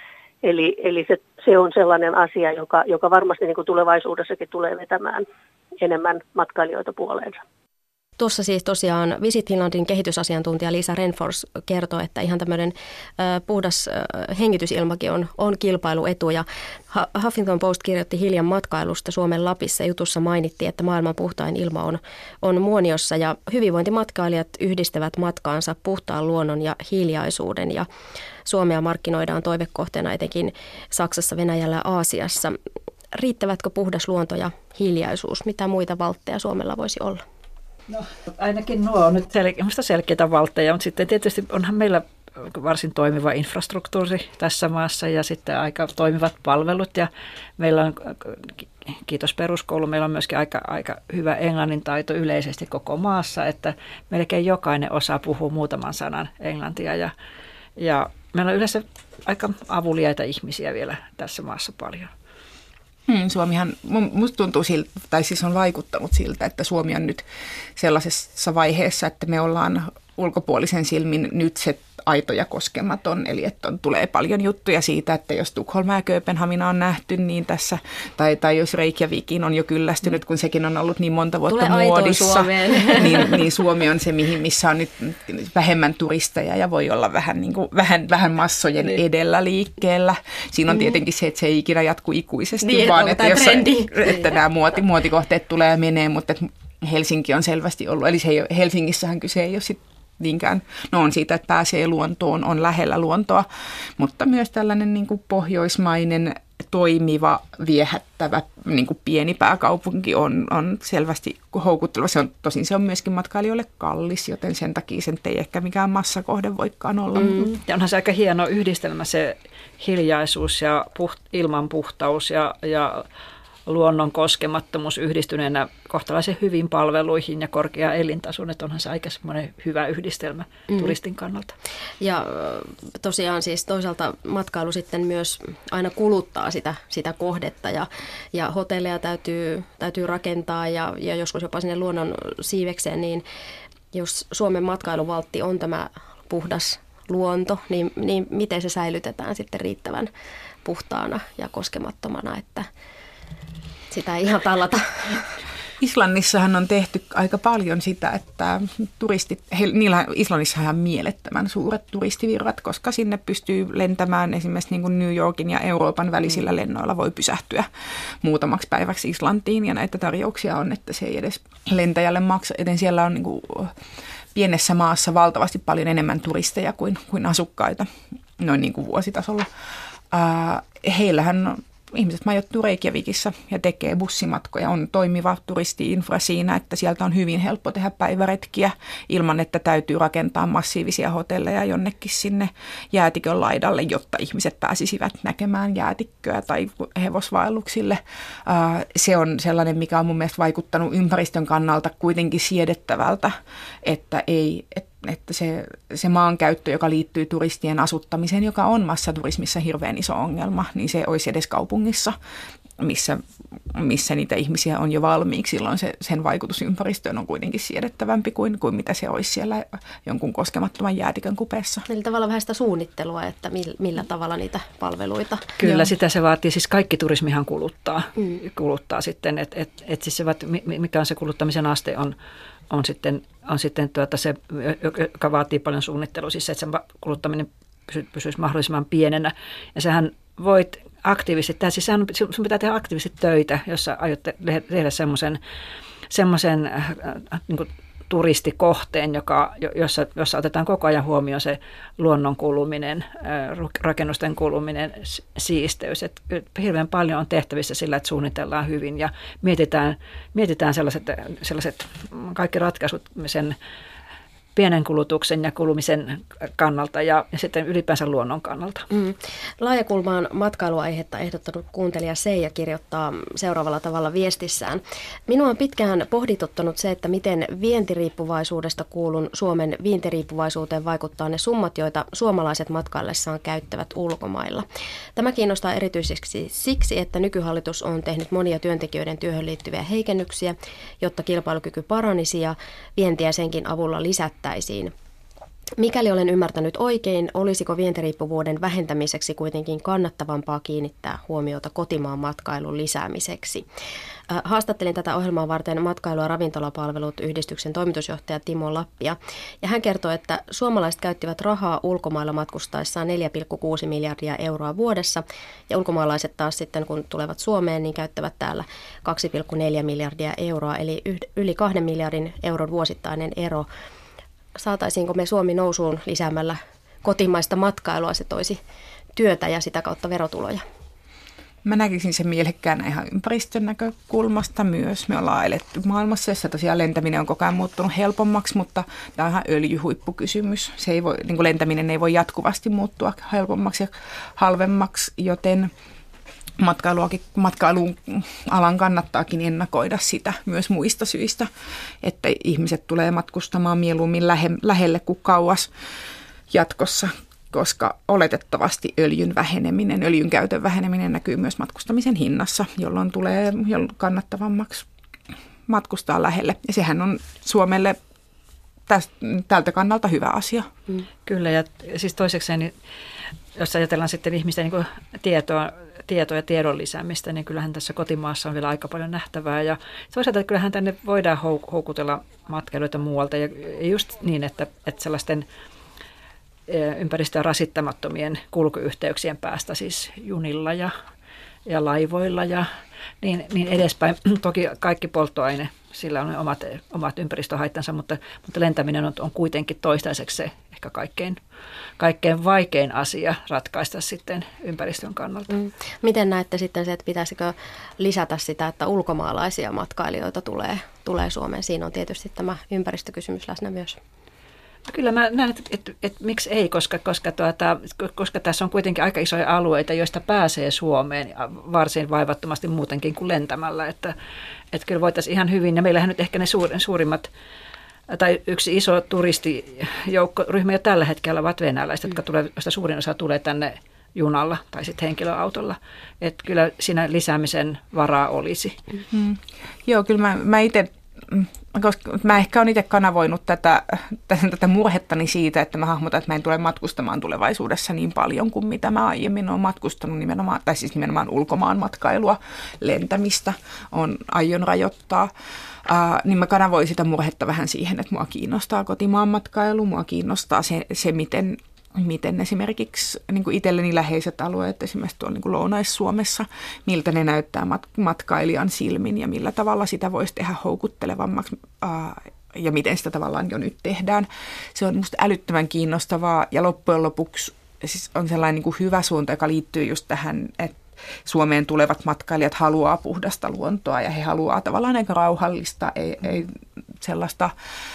Eli, eli se, se on sellainen asia, joka, joka varmasti niin kuin tulevaisuudessakin tulee vetämään enemmän matkailijoita puoleensa. Tuossa siis tosiaan Visit Finlandin kehitysasiantuntija Liisa Renfors kertoo, että ihan tämmöinen äh, puhdas äh, hengitysilmakin on, on kilpailuetu. Ja Huffington Post kirjoitti hiljan matkailusta Suomen Lapissa. Jutussa mainittiin, että maailman puhtain ilma on, on Muoniossa ja hyvinvointimatkailijat yhdistävät matkaansa puhtaan luonnon ja hiljaisuuden. Ja Suomea markkinoidaan toivekohteena etenkin Saksassa, Venäjällä ja Aasiassa. Riittävätkö puhdas luonto ja hiljaisuus? Mitä muita valtteja Suomella voisi olla? No, ainakin nuo on nyt sel- selkeitä valtteja, mutta sitten tietysti onhan meillä varsin toimiva infrastruktuuri tässä maassa ja sitten aika toimivat palvelut ja meillä on, kiitos peruskoulu, meillä on myöskin aika, aika hyvä englannin taito yleisesti koko maassa, että melkein jokainen osaa puhua muutaman sanan englantia ja, ja meillä on yleensä aika avuliaita ihmisiä vielä tässä maassa paljon. Hmm, Suomihan, musta tuntuu siltä, tai siis on vaikuttanut siltä, että Suomi on nyt sellaisessa vaiheessa, että me ollaan ulkopuolisen silmin nyt se aito ja koskematon, eli että on, tulee paljon juttuja siitä, että jos Tukholma ja Kööpenhamina on nähty, niin tässä, tai, tai jos Reykjavikin on jo kyllästynyt, kun sekin on ollut niin monta vuotta tulee muodissa, niin, niin Suomi on se, mihin, missä on nyt vähemmän turisteja ja voi olla vähän, niin kuin, vähän, vähän massojen niin. edellä liikkeellä. Siinä on tietenkin se, että se ei ikinä jatku ikuisesti, niin, vaan että, jos, että nämä muoti, muotikohteet tulee ja menee, mutta että Helsinki on selvästi ollut, eli se ei ole, Helsingissähän kyse ei ole sitten niinkään, no on siitä, että pääsee luontoon, on lähellä luontoa, mutta myös tällainen niin kuin pohjoismainen, toimiva, viehättävä niin kuin pieni pääkaupunki on, on selvästi houkutteleva. Se on, tosin se on myöskin matkailijoille kallis, joten sen takia sen ei ehkä mikään massakohde voikaan olla. Mm. Ja onhan se aika hieno yhdistelmä se hiljaisuus ja puht, ilman puhtaus ja, ja luonnon koskemattomuus yhdistyneenä kohtalaisen hyvin palveluihin ja korkea elintasoon, että onhan se aika semmoinen hyvä yhdistelmä mm. turistin kannalta. Ja tosiaan siis toisaalta matkailu sitten myös aina kuluttaa sitä, sitä kohdetta ja, ja hotelleja täytyy, täytyy rakentaa ja, ja joskus jopa sinne luonnon siivekseen, niin jos Suomen matkailuvaltti on tämä puhdas luonto, niin, niin miten se säilytetään sitten riittävän puhtaana ja koskemattomana, että sitä ei ihan tallata. Islannissahan on tehty aika paljon sitä, että turistit, he, niillä Islannissa on ihan mielettömän suuret turistivirrat, koska sinne pystyy lentämään esimerkiksi niin kuin New Yorkin ja Euroopan välisillä lennoilla voi pysähtyä muutamaksi päiväksi Islantiin ja näitä tarjouksia on, että se ei edes lentäjälle maksa, joten siellä on niin kuin pienessä maassa valtavasti paljon enemmän turisteja kuin, kuin asukkaita noin niin kuin vuositasolla. Uh, heillähän ihmiset majoittuu Reykjavikissa ja tekee bussimatkoja. On toimiva turisti-infra siinä, että sieltä on hyvin helppo tehdä päiväretkiä ilman, että täytyy rakentaa massiivisia hotelleja jonnekin sinne jäätikön laidalle, jotta ihmiset pääsisivät näkemään jäätikköä tai hevosvaelluksille. Se on sellainen, mikä on mun mielestä vaikuttanut ympäristön kannalta kuitenkin siedettävältä, että ei... Että että se, se maankäyttö, joka liittyy turistien asuttamiseen, joka on massaturismissa hirveän iso ongelma, niin se olisi edes kaupungissa missä, missä niitä ihmisiä on jo valmiiksi. Silloin se, sen vaikutus ympäristöön on kuitenkin siedettävämpi kuin, kuin mitä se olisi siellä jonkun koskemattoman jäätikön kupeessa. Eli tavallaan vähän sitä suunnittelua, että millä tavalla niitä palveluita. Kyllä, Joo. sitä se vaatii. Siis kaikki turismihan kuluttaa, mm. kuluttaa sitten, että et, et siis se, mikä on se kuluttamisen aste on, on sitten, on sitten tuota se, joka vaatii paljon suunnittelua, siis se, että se kuluttaminen pysyisi mahdollisimman pienenä. Ja sehän voit aktiivisesti, tai siis sun pitää tehdä aktiivisesti töitä, jos sä aiot tehdä semmoisen semmoisen äh, niin kuin turistikohteen, joka, jossa, jossa otetaan koko ajan huomioon se luonnon kuluminen, äh, rakennusten kuluminen, siisteys. Et hirveän paljon on tehtävissä sillä, että suunnitellaan hyvin ja mietitään, mietitään sellaiset, sellaiset kaikki ratkaisut sen pienen kulutuksen ja kulumisen kannalta ja, ja sitten ylipäänsä luonnon kannalta. Mm. Laajakulmaan matkailuaihetta ehdottanut kuuntelija Seija kirjoittaa seuraavalla tavalla viestissään. Minua on pitkään pohdituttanut se, että miten vientiriippuvaisuudesta kuulun Suomen vientiriippuvaisuuteen vaikuttaa ne summat, joita suomalaiset matkaillessaan käyttävät ulkomailla. Tämä kiinnostaa erityisesti siksi, että nykyhallitus on tehnyt monia työntekijöiden työhön liittyviä heikennyksiä, jotta kilpailukyky paranisi ja vientiä senkin avulla lisättäisiin. Mikäli olen ymmärtänyt oikein, olisiko vientiriippuvuuden vähentämiseksi kuitenkin kannattavampaa kiinnittää huomiota kotimaan matkailun lisäämiseksi? Haastattelin tätä ohjelmaa varten matkailu- ja ravintolapalvelut yhdistyksen toimitusjohtaja Timo Lappia, ja hän kertoi, että suomalaiset käyttivät rahaa ulkomailla matkustaessaan neljä pilkku kuusi miljardia euroa vuodessa, ja ulkomaalaiset taas sitten, kun tulevat Suomeen, niin käyttävät täällä kaksi pilkku neljä miljardia euroa, eli yli kahden miljardin euron vuosittainen ero. Saataisiinko me Suomi nousuun lisäämällä kotimaista matkailua, se toisi työtä ja sitä kautta verotuloja? Mä näkisin sen mielekkäänä ihan ympäristön näkökulmasta myös. Me ollaan eletty maailmassa, jossa tosiaan lentäminen on koko ajan muuttunut helpommaksi, mutta tämä on ihan öljyhuippukysymys. Se ei voi, niin kuin lentäminen ei voi jatkuvasti muuttua helpommaksi ja halvemmaksi, joten Matkailuakin, matkailuun alan kannattaakin ennakoida sitä myös muista syistä, että ihmiset tulee matkustamaan mieluummin lähe, lähelle kuin kauas jatkossa, koska oletettavasti öljyn väheneminen, öljyn käytön väheneminen näkyy myös matkustamisen hinnassa, jolloin tulee kannattavammaksi matkustaa lähelle. Ja sehän on Suomelle tästä, tältä kannalta hyvä asia. Mm. Kyllä, ja siis toisekseen, niin jos ajatellaan sitten ihmisten niin kuin tietoa, tietoa ja tiedon lisäämistä, niin kyllähän tässä kotimaassa on vielä aika paljon nähtävää. Ja toisaalta että kyllähän tänne voidaan houkutella matkailuita muualta. Ja just niin, että, että sellaisten ympäristöä rasittamattomien kulkuyhteyksien päästä, siis junilla ja, ja laivoilla ja niin, niin edespäin. Toki kaikki polttoaine, sillä on omat, omat ympäristöhaittansa, mutta, mutta lentäminen on, on kuitenkin toistaiseksi se ehkä kaikkein, kaikkein vaikein asia ratkaista sitten ympäristön kannalta. Mm. Miten näette sitten se, että pitäisikö lisätä sitä, että ulkomaalaisia matkailijoita tulee, tulee Suomeen? Siinä on tietysti tämä ympäristökysymys läsnä myös. Kyllä mä näen, että, että, että, että miksi ei, koska, koska, tuota, koska tässä on kuitenkin aika isoja alueita, joista pääsee Suomeen varsin vaivattomasti muutenkin kuin lentämällä. Että, että kyllä voitaisiin ihan hyvin, ja meillähän nyt ehkä ne suurimmat, tai yksi iso turistijoukkoryhmä jo tällä hetkellä ovat venäläiset, jotka tulee, josta suurin osa tulee tänne junalla tai sitten henkilöautolla. Että kyllä siinä lisäämisen varaa olisi. Mm-hmm. Joo, kyllä mä, mä itse... Koska mä ehkä olen itse kanavoinut tätä, tätä murhettani siitä, että mä hahmotan, että mä en tule matkustamaan tulevaisuudessa niin paljon kuin mitä mä aiemmin olen matkustanut nimenomaan, tai siis nimenomaan ulkomaan matkailua, lentämistä on aion rajoittaa. Uh, niin mä kanavoin sitä murhetta vähän siihen, että mua kiinnostaa kotimaan matkailu, mua kiinnostaa se, se miten... miten esimerkiksi niin kuin itselleni läheiset alueet, esimerkiksi tuolla niin kuin Lounais-Suomessa, miltä ne näyttää mat- matkailijan silmin ja millä tavalla sitä voisi tehdä houkuttelevammaksi ää, ja miten sitä tavallaan jo nyt tehdään. Se on musta älyttömän kiinnostavaa ja loppujen lopuksi siis on sellainen niin kuin hyvä suunta, joka liittyy just tähän, että Suomeen tulevat matkailijat haluaa puhdasta luontoa ja he haluaa tavallaan aika rauhallista, ei, ei sellaista...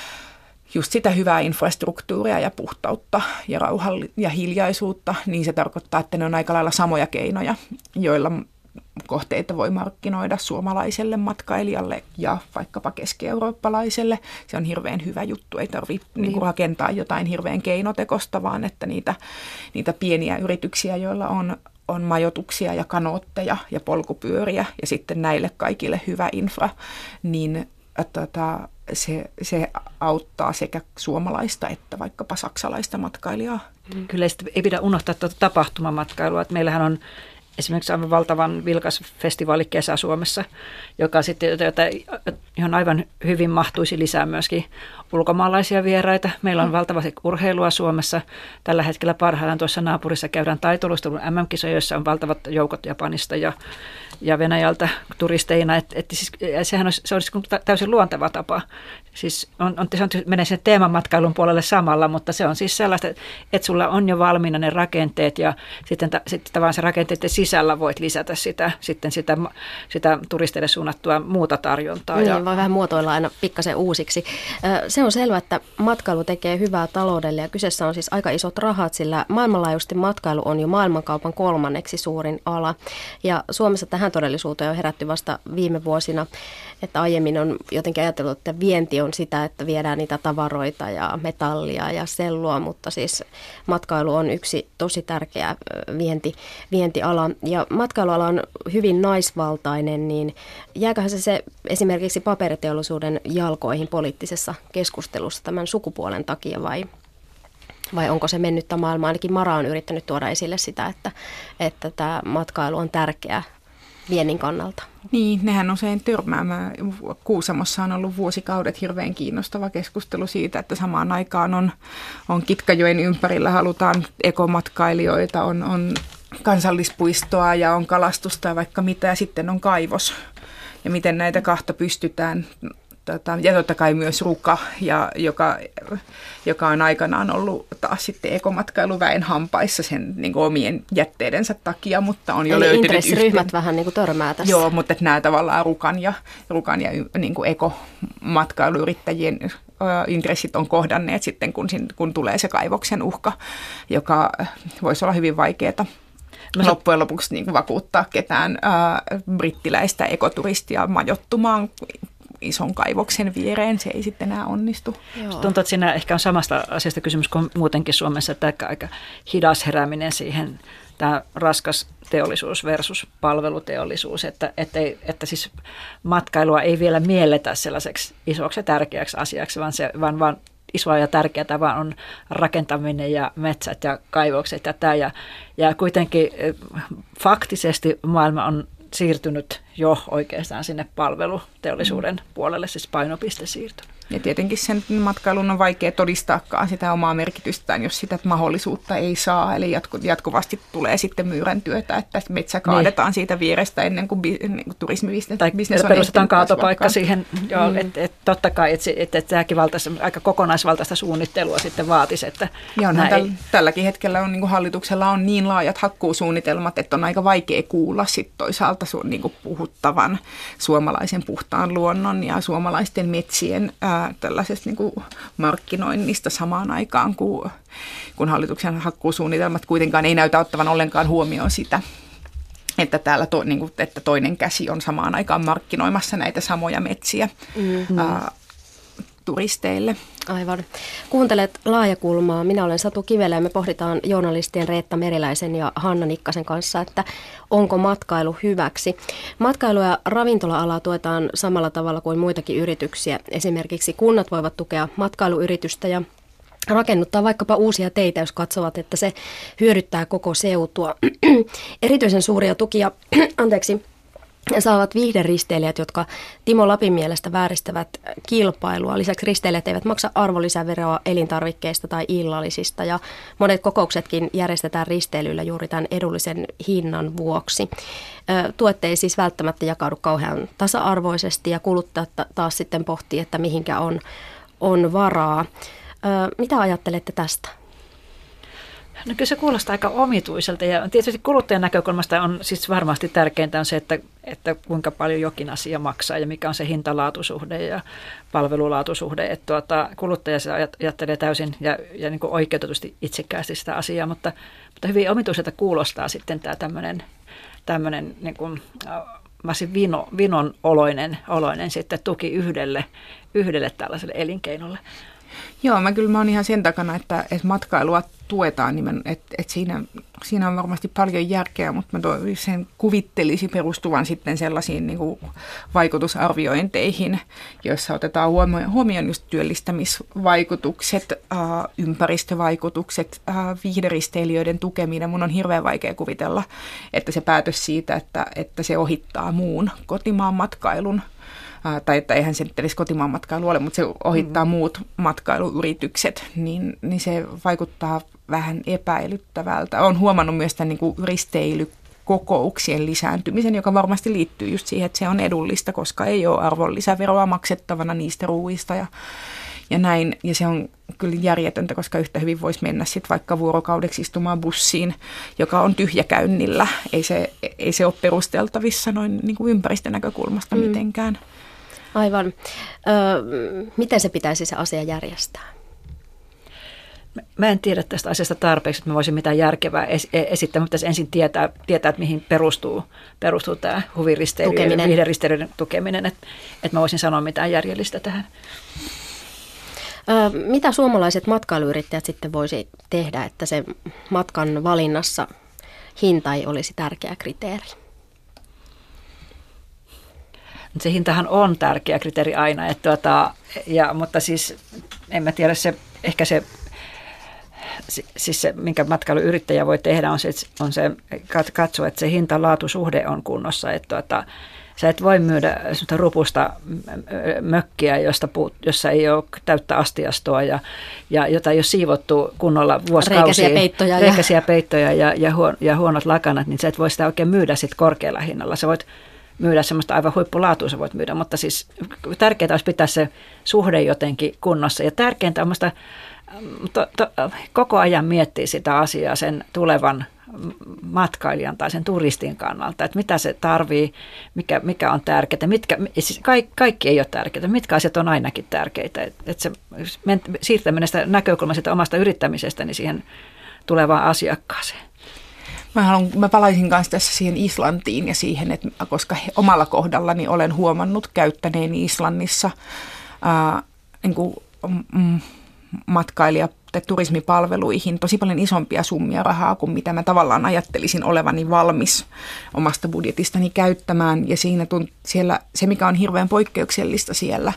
just sitä hyvää infrastruktuuria ja puhtautta ja rauhaa ja hiljaisuutta, niin se tarkoittaa, että ne on aika lailla samoja keinoja, joilla kohteita voi markkinoida suomalaiselle matkailijalle ja vaikkapa keski-eurooppalaiselle. Se on hirveän hyvä juttu, ei tarvitse niin. niin kuin rakentaa jotain hirveän keinotekosta, vaan että niitä, niitä pieniä yrityksiä, joilla on, on majoituksia ja kanootteja ja polkupyöriä ja sitten näille kaikille hyvä infra, niin tota, se, se auttaa sekä suomalaista että vaikkapa saksalaista matkailijaa. Kyllä ei pidä unohtaa tuota tapahtumamatkailua. Että meillähän on esimerkiksi aivan valtavan vilkas festivaali Kesä Suomessa, joka sitten, jota, johon aivan hyvin mahtuisi lisää myöskin ulkomaalaisia vieraita. Meillä on valtavasti urheilua Suomessa. Tällä hetkellä parhaillaan tuossa naapurissa käydään taitoluistelun äm äm-kisoja, joissa on valtavat joukot Japanista ja, ja Venäjältä turisteina. Et, et siis, sehän olisi, se olisi täysin luonteva tapa. Siis on, on, se on, menee sen teemamatkailun puolelle samalla, mutta se on siis sellaista, että sulla on jo valmiina ne rakenteet ja sitten, sitten tavallaan se rakenteiden sisällä voit lisätä sitä, sitten sitä, sitä turisteille suunnattua muuta tarjontaa. Niin, ja voi vähän muotoilla aina pikkasen uusiksi. Se on selvä, että matkailu tekee hyvää taloudelle ja kyseessä on siis aika isot rahat, sillä maailmanlaajuisesti matkailu on jo maailmankaupan kolmanneksi suurin ala. Ja Suomessa tähän todellisuuteen on herätty vasta viime vuosina, että aiemmin on jotenkin ajatellut, että vienti on sitä, että viedään niitä tavaroita ja metallia ja sellua, mutta siis matkailu on yksi tosi tärkeä vienti, vientiala. Ja matkailuala on hyvin naisvaltainen, niin jääköhän se, se esimerkiksi paperiteollisuuden jalkoihin poliittisessa keskustelussa tämän sukupuolen takia vai, vai onko se mennyttä maailmaa? Ainakin Mara on yrittänyt tuoda esille sitä, että, että tämä matkailu on tärkeä viennin kannalta. Niin, nehän usein törmäämään. Kuusamossa on ollut vuosikaudet hirveän kiinnostava keskustelu siitä, että samaan aikaan on, on Kitkajoen ympärillä, halutaan ekomatkailijoita, on, on kansallispuistoa ja on kalastusta ja vaikka mitä, ja sitten on kaivos. Ja miten näitä kahta pystytään, tota, ja totta kai myös Ruka, ja, joka, joka on aikanaan ollut taas sitten ekomatkailuväen hampaissa sen niin kuin omien jätteidensä takia, mutta on jo eli löytynyt intressiryhmät yhteen. vähän niin kuin törmää tässä. Joo, mutta että nämä tavallaan Rukan ja, Rukan ja niin kuin ekomatkailuyrittäjien ö, intressit on kohdanneet sitten, kun, kun tulee se kaivoksen uhka, joka voisi olla hyvin vaikeaa. Loppujen lopuksi niin kuin vakuuttaa ketään ää, brittiläistä ekoturistia majoittumaan ison kaivoksen viereen. Se ei sitten enää onnistu. Joo. Tuntuu, että siinä ehkä on samasta asiasta kysymys kuin muutenkin Suomessa, että aika hidas herääminen siihen, tämä raskas teollisuus versus palveluteollisuus, että, että, ei, että siis matkailua ei vielä mielletä sellaiseksi isoksi ja tärkeäksi asiaksi, vaan, se, vaan, vaan isoa ja tärkeää vaan on rakentaminen ja metsät ja kaivokset ja tämä. Ja, ja kuitenkin faktisesti maailma on siirtynyt jo oikeastaan sinne palveluteollisuuden mm. puolelle, siis painopiste siirtynyt. Ja tietenkin sen matkailun on vaikea todistaakaan sitä omaa merkitystään, jos sitä mahdollisuutta ei saa. Eli jatku, jatkuvasti tulee sitten myyrän työtä, että metsä kaadetaan niin siitä vierestä ennen kuin, bi, niin kuin turismibisnes tai on perustetaan kaatopaikka siihen. Joo, mm. että et, totta kai, että et, et tämäkin valtaista, aika kokonaisvaltaista suunnittelua sitten vaatisi. Että ja onhan täl, tälläkin hetkellä on, niin kuin hallituksella on niin laajat hakkuusuunnitelmat, että on aika vaikea kuulla sit toisaalta su, niin kuin puhuttavan suomalaisen puhtaan luonnon ja suomalaisten metsien ää, tällaisesta niin kuin markkinoinnista samaan aikaan, kun, kun hallituksen hakkuusuunnitelmat kuitenkaan ei näytä ottavan ollenkaan huomioon sitä, että, täällä to, niin kuin, että toinen käsi on samaan aikaan markkinoimassa näitä samoja metsiä mm-hmm. ää, turisteille. Aivan. Kuuntelet Laajakulmaa. Minä olen Satu Kivelä ja me pohditaan journalistien Reetta Meriläisen ja Hanna Nikkasen kanssa, että onko matkailu hyväksi. Matkailu- ja ravintola-alaa tuetaan samalla tavalla kuin muitakin yrityksiä. Esimerkiksi kunnat voivat tukea matkailuyritystä ja rakennuttaa vaikkapa uusia teitä, jos katsovat, että se hyödyttää koko seutua. Erityisen suuria tukia, anteeksi, saavat viihderisteilijät, jotka Timo Lapin mielestä vääristävät kilpailua. Lisäksi risteilijät eivät maksa arvonlisäveroa elintarvikkeista tai illallisista ja monet kokouksetkin järjestetään risteilyllä juuri tämän edullisen hinnan vuoksi. Tuet ei siis välttämättä jakaudu kauhean tasa-arvoisesti ja kuluttajat taas sitten pohtii, että mihinkä on, on varaa. Mitä ajattelette tästä? No kyllä se kuulostaa aika omituiselta ja tietysti kuluttajan näkökulmasta on siis varmasti tärkeintä on se, että, että kuinka paljon jokin asia maksaa ja mikä on se hintalaatusuhde ja palvelulaatusuhde. Että tuota, kuluttaja se ajattelee täysin ja, ja niin kuin oikeutetusti itsekkäästi sitä asiaa, mutta, mutta hyvin omituiselta kuulostaa sitten tämä tämmöinen, tämmöinen niin kuin varsin vino, vinon oloinen, oloinen sitten tuki yhdelle, yhdelle tällaiselle elinkeinolle. Joo, mä kyllä mä oon ihan sen takana, että, että matkailua tuetaan nimen, että, että siinä, siinä on varmasti paljon järkeä, mutta mä toi, sen kuvittelisi perustuvan sitten sellaisiin niin kuin vaikutusarviointeihin, joissa otetaan huomioon, huomioon just työllistämisvaikutukset, äh, ympäristövaikutukset, äh, viihderisteilijöiden tukeminen. Mun on hirveän vaikea kuvitella, että se päätös siitä, että, että se ohittaa muun kotimaan matkailun, tai että eihän se edes kotimaan matkailu ole, mutta se ohittaa mm. muut matkailuyritykset, niin, niin se vaikuttaa vähän epäilyttävältä. Olen huomannut myös tämän niin kuin risteilykokouksien lisääntymisen, joka varmasti liittyy just siihen, että se on edullista, koska ei ole arvonlisäveroa maksettavana niistä ruuista ja, ja näin. Ja se on kyllä järjetöntä, koska yhtä hyvin voisi mennä sitten vaikka vuorokaudeksi istumaan bussiin, joka on tyhjäkäynnillä. Ei se, ei se ole perusteltavissa noin niin kuin ympäristönäkökulmasta mm. mitenkään. Aivan. Ö, miten se pitäisi se asia järjestää? Mä en tiedä tästä asiasta tarpeeksi, että mä voisin mitään järkevää esittää, mutta ensin tietää, tietää, että mihin perustuu, perustuu tämä huviristeilijöiden, viihderisteilijöiden tukeminen, että, että mä voisin sanoa mitään järjellistä tähän. Ö, mitä suomalaiset matkailuyrittäjät sitten voisi tehdä, että se matkan valinnassa hinta ei olisi tärkeä kriteeri? Se hintahan on tärkeä kriteeri aina, että tuota, ja, mutta siis en mä tiedä, se, ehkä se, siis se, minkä matkailuyrittäjä voi tehdä, on se, on se katsoa, että se hinta-laatusuhde on kunnossa, että tuota, sä et voi myydä semmoista rupusta mökkiä, josta puut, jossa ei ole täyttä astiastoa ja, ja jota ei ole siivottu kunnolla vuosikausiin. Reikäisiä peittoja. Reikäisiä peittoja ja, ja, huon, ja huonot lakanat, niin sä et voi sitä oikein myydä sit korkealla hinnalla. Sä voit myydä semmoista aivan huippulaatua, sä voit myydä, mutta siis tärkeintä olisi pitää se suhde jotenkin kunnossa. Ja tärkeintä on musta to, to, koko ajan miettiä sitä asiaa sen tulevan matkailijan tai sen turistin kannalta, että mitä se tarvii, mikä, mikä on tärkeää, mitkä, siis kaikki, kaikki ei ole tärkeää, mitkä asiat on ainakin tärkeitä. Että se siirtäminen sitä näkökulmasta omasta yrittämisestä niin siihen tulevaan asiakkaaseen. Mä, haluan, mä palaisin kanssa tässä siihen Islantiin ja siihen, että koska omalla kohdallani olen huomannut käyttäneeni Islannissa ää, niin kuin, mm, matkailija- tai turismipalveluihin tosi paljon isompia summia rahaa kuin mitä mä tavallaan ajattelisin olevani valmis omasta budjetistani käyttämään. Ja siinä tunt, siellä, se, mikä on hirveän poikkeuksellista siellä,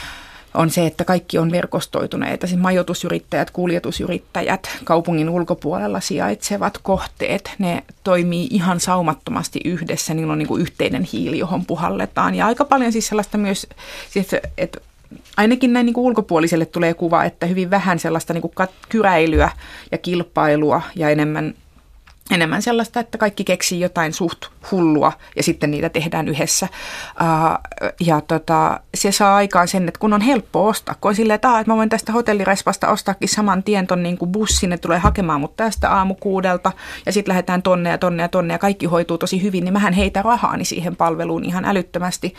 on se, että kaikki on verkostoituneita. Siis majoitusyrittäjät, kuljetusyrittäjät, kaupungin ulkopuolella sijaitsevat kohteet, ne toimii ihan saumattomasti yhdessä. Niillä on niin kuin yhteinen hiili, johon puhalletaan. Ja aika paljon siis sellaista myös, siis että ainakin näin niin kuin ulkopuoliselle tulee kuva, että hyvin vähän sellaista niin kuin kyräilyä ja kilpailua ja enemmän, enemmän sellaista, että kaikki keksii jotain suht hullua ja sitten niitä tehdään yhdessä. Uh, ja tota, se saa aikaan sen, että kun on helppo ostaa, kun on silleen, että, että mä voin tästä hotellirespasta ostaakin saman tien ton niin kuin bussin, ne tulee hakemaan mut tästä aamukuudelta ja sitten lähdetään tonne ja tonne ja tonne ja kaikki hoituu tosi hyvin, niin mähän heitän rahaani siihen palveluun ihan älyttömästi.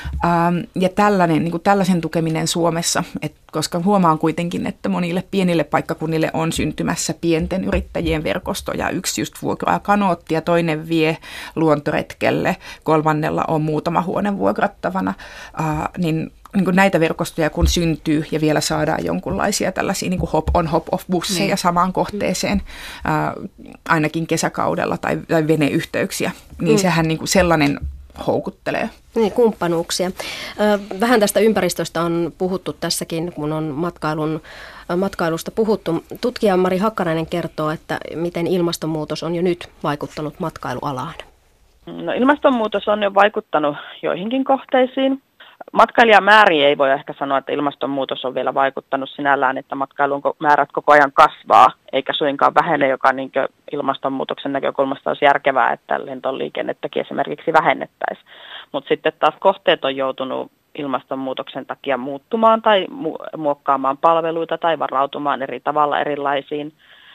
Uh, ja tällainen, niin kuin tällaisen tukeminen Suomessa, et, koska huomaan kuitenkin, että monille pienille paikkakunnille on syntymässä pienten yrittäjien verkostoja. Yksi just vuokraa kanoottia, toinen vie luontoretkelle, kolmannella on muutama huone vuokrattavana, uh, niin, niin kuin näitä verkostoja kun syntyy ja vielä saadaan jonkunlaisia tällaisia niin kuin hop-on, hop-off-busseja niin samaan kohteeseen, uh, ainakin kesäkaudella tai, tai veneyhteyksiä, niin mm. sehän niin kuin sellainen houkuttelee. Niin, kumppanuuksia. Vähän tästä ympäristöstä on puhuttu tässäkin, kun on matkailun, matkailusta puhuttu. Tutkija Mari Hakkarainen kertoo, että miten ilmastonmuutos on jo nyt vaikuttanut matkailualaan. No, ilmastonmuutos on jo vaikuttanut joihinkin kohteisiin. Matkailijamääriä ei voi ehkä sanoa, että ilmastonmuutos on vielä vaikuttanut sinällään, että matkailun määrät koko ajan kasvaa, eikä suinkaan vähene, joka niin ilmastonmuutoksen näkökulmasta olisi järkevää, että lentoliikennettäkin esimerkiksi vähennettäisiin. Mutta sitten taas kohteet on joutunut ilmastonmuutoksen takia muuttumaan tai mu- muokkaamaan palveluita tai varautumaan eri tavalla erilaisiin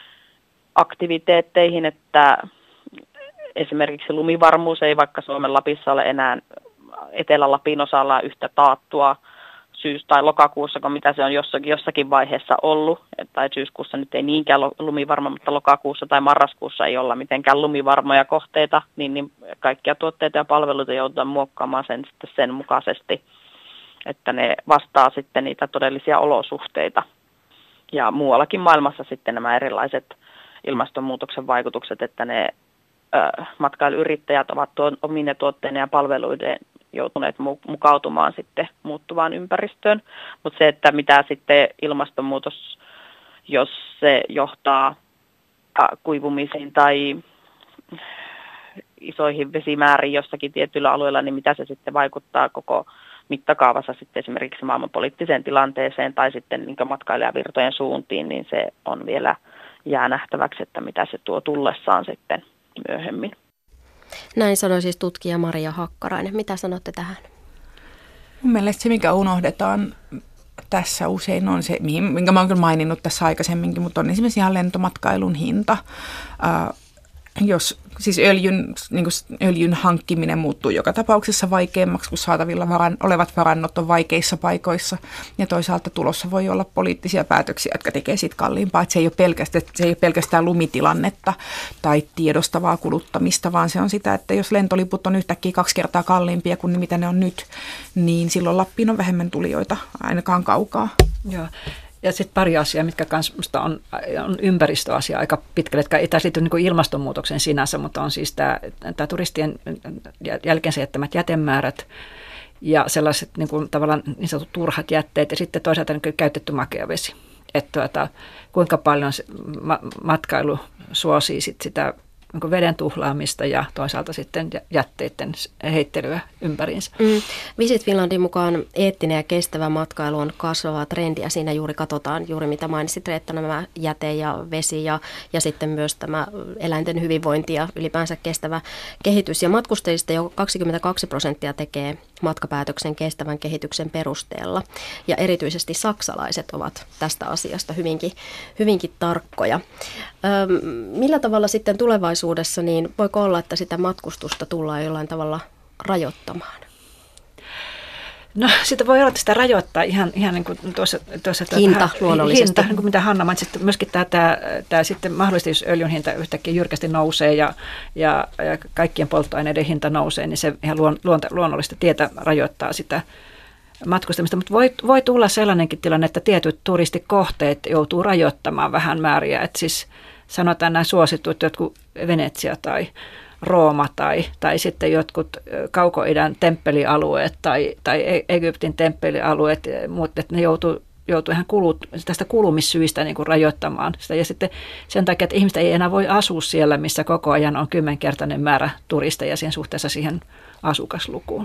aktiviteetteihin, että esimerkiksi lumivarmuus ei vaikka Suomen Lapissa ole enää Etelä-Lapin osalla yhtä taattua syys- tai lokakuussa, kuin mitä se on jossakin, jossakin vaiheessa ollut. Tai syyskuussa nyt ei niinkään lumivarma, mutta lokakuussa tai marraskuussa ei olla mitenkään lumivarmoja kohteita, niin, niin kaikkia tuotteita ja palveluita joudutaan muokkaamaan sen, sitten sen mukaisesti, että ne vastaa sitten niitä todellisia olosuhteita. ja muuallakin maailmassa sitten nämä erilaiset ilmastonmuutoksen vaikutukset, että ne ö, matkailuyrittäjät ovat tuon, omine tuotteiden ja palveluiden joutuneet mukautumaan sitten muuttuvaan ympäristöön. Mutta se, että mitä sitten ilmastonmuutos, jos se johtaa kuivumisiin tai isoihin vesimääriin jossakin tietyillä alueilla, niin mitä se sitten vaikuttaa koko mittakaavassa sitten esimerkiksi maailmanpoliittiseen tilanteeseen tai sitten niin matkailijavirtojen suuntiin, niin se on vielä jää nähtäväksi, että mitä se tuo tullessaan sitten myöhemmin. Näin sanoi siis tutkija Maria Hakkarainen. Mitä sanotte tähän? Mun mielestä se, mikä unohdetaan tässä usein on se, minkä mä oon kyllä maininnut tässä aikaisemminkin, mutta on esimerkiksi ihan lentomatkailun hinta. Uh, jos siis öljyn, niin kuin öljyn hankkiminen muuttuu joka tapauksessa vaikeammaksi, kun saatavilla varan, olevat varannot on vaikeissa paikoissa. Ja toisaalta tulossa voi olla poliittisia päätöksiä, jotka tekee siitä kalliimpaa. Että se ei ole pelkästään, se ei ole pelkästään lumitilannetta tai tiedostavaa kuluttamista, vaan se on sitä, että jos lentoliput on yhtäkkiä kaksi kertaa kalliimpia kuin mitä ne on nyt, niin silloin Lappiin on vähemmän tulijoita ainakaan kaukaa. Joo. Ja sitten pari asiaa, mitkä kans on, on ympäristöasia aika pitkälle, jotka ei taas liity niin ilmastonmuutoksen sinänsä, mutta on siis tämä turistien jälkeensä jättämät jätemäärät ja sellaiset niin kuin, tavallaan niin sanotut turhat jätteet ja sitten toisaalta niin käytetty makea vesi. Että tuota, kuinka paljon se ma- matkailu suosii sit sitä niin veden tuhlaamista ja toisaalta sitten jätteiden heittelyä ympäriinsä. Mm. Visit Finlandin mukaan eettinen ja kestävä matkailu on kasvava trendi ja siinä juuri katsotaan juuri mitä mainitsit, että nämä jäte ja vesi ja, ja sitten myös tämä eläinten hyvinvointi ja ylipäänsä kestävä kehitys. Ja matkustajista jo kaksikymmentäkaksi prosenttia tekee matkapäätöksen kestävän kehityksen perusteella ja erityisesti saksalaiset ovat tästä asiasta hyvinkin, hyvinkin tarkkoja. Öm, millä tavalla sitten tulevaisuudessa, niin voiko olla, että sitä matkustusta tullaan jollain tavalla rajoittamaan? No sitä voi olla, että sitä rajoittaa ihan, ihan niin kuin tuossa... tuossa hinta tuota, luonnollisesti. Hinta, niin kuin mitä Hanna mainitsi, myöskin tämä, tämä, tämä sitten mahdollisesti, jos öljyn hinta yhtäkkiä jyrkästi nousee ja, ja, ja kaikkien polttoaineiden hinta nousee, niin se ihan luon, luonta, luonnollista tietä rajoittaa sitä matkustamista. Mutta voi, voi tulla sellainenkin tilanne, että tietyt turistikohteet joutuu rajoittamaan vähän määriä. Että siis sanotaan nämä suositut jotkut Venetsia tai Rooma tai, tai sitten jotkut Kaukoidän temppelialueet tai, tai Egyptin temppelialueet, mutta ne joutuu, joutuu ihan kulut, tästä kulumissyistä niin kuin rajoittamaan sitä. Ja sitten sen takia, että ihmiset ei enää voi asua siellä, missä koko ajan on kymmenkertainen määrä turisteja siihen suhteessa siihen asukaslukuun.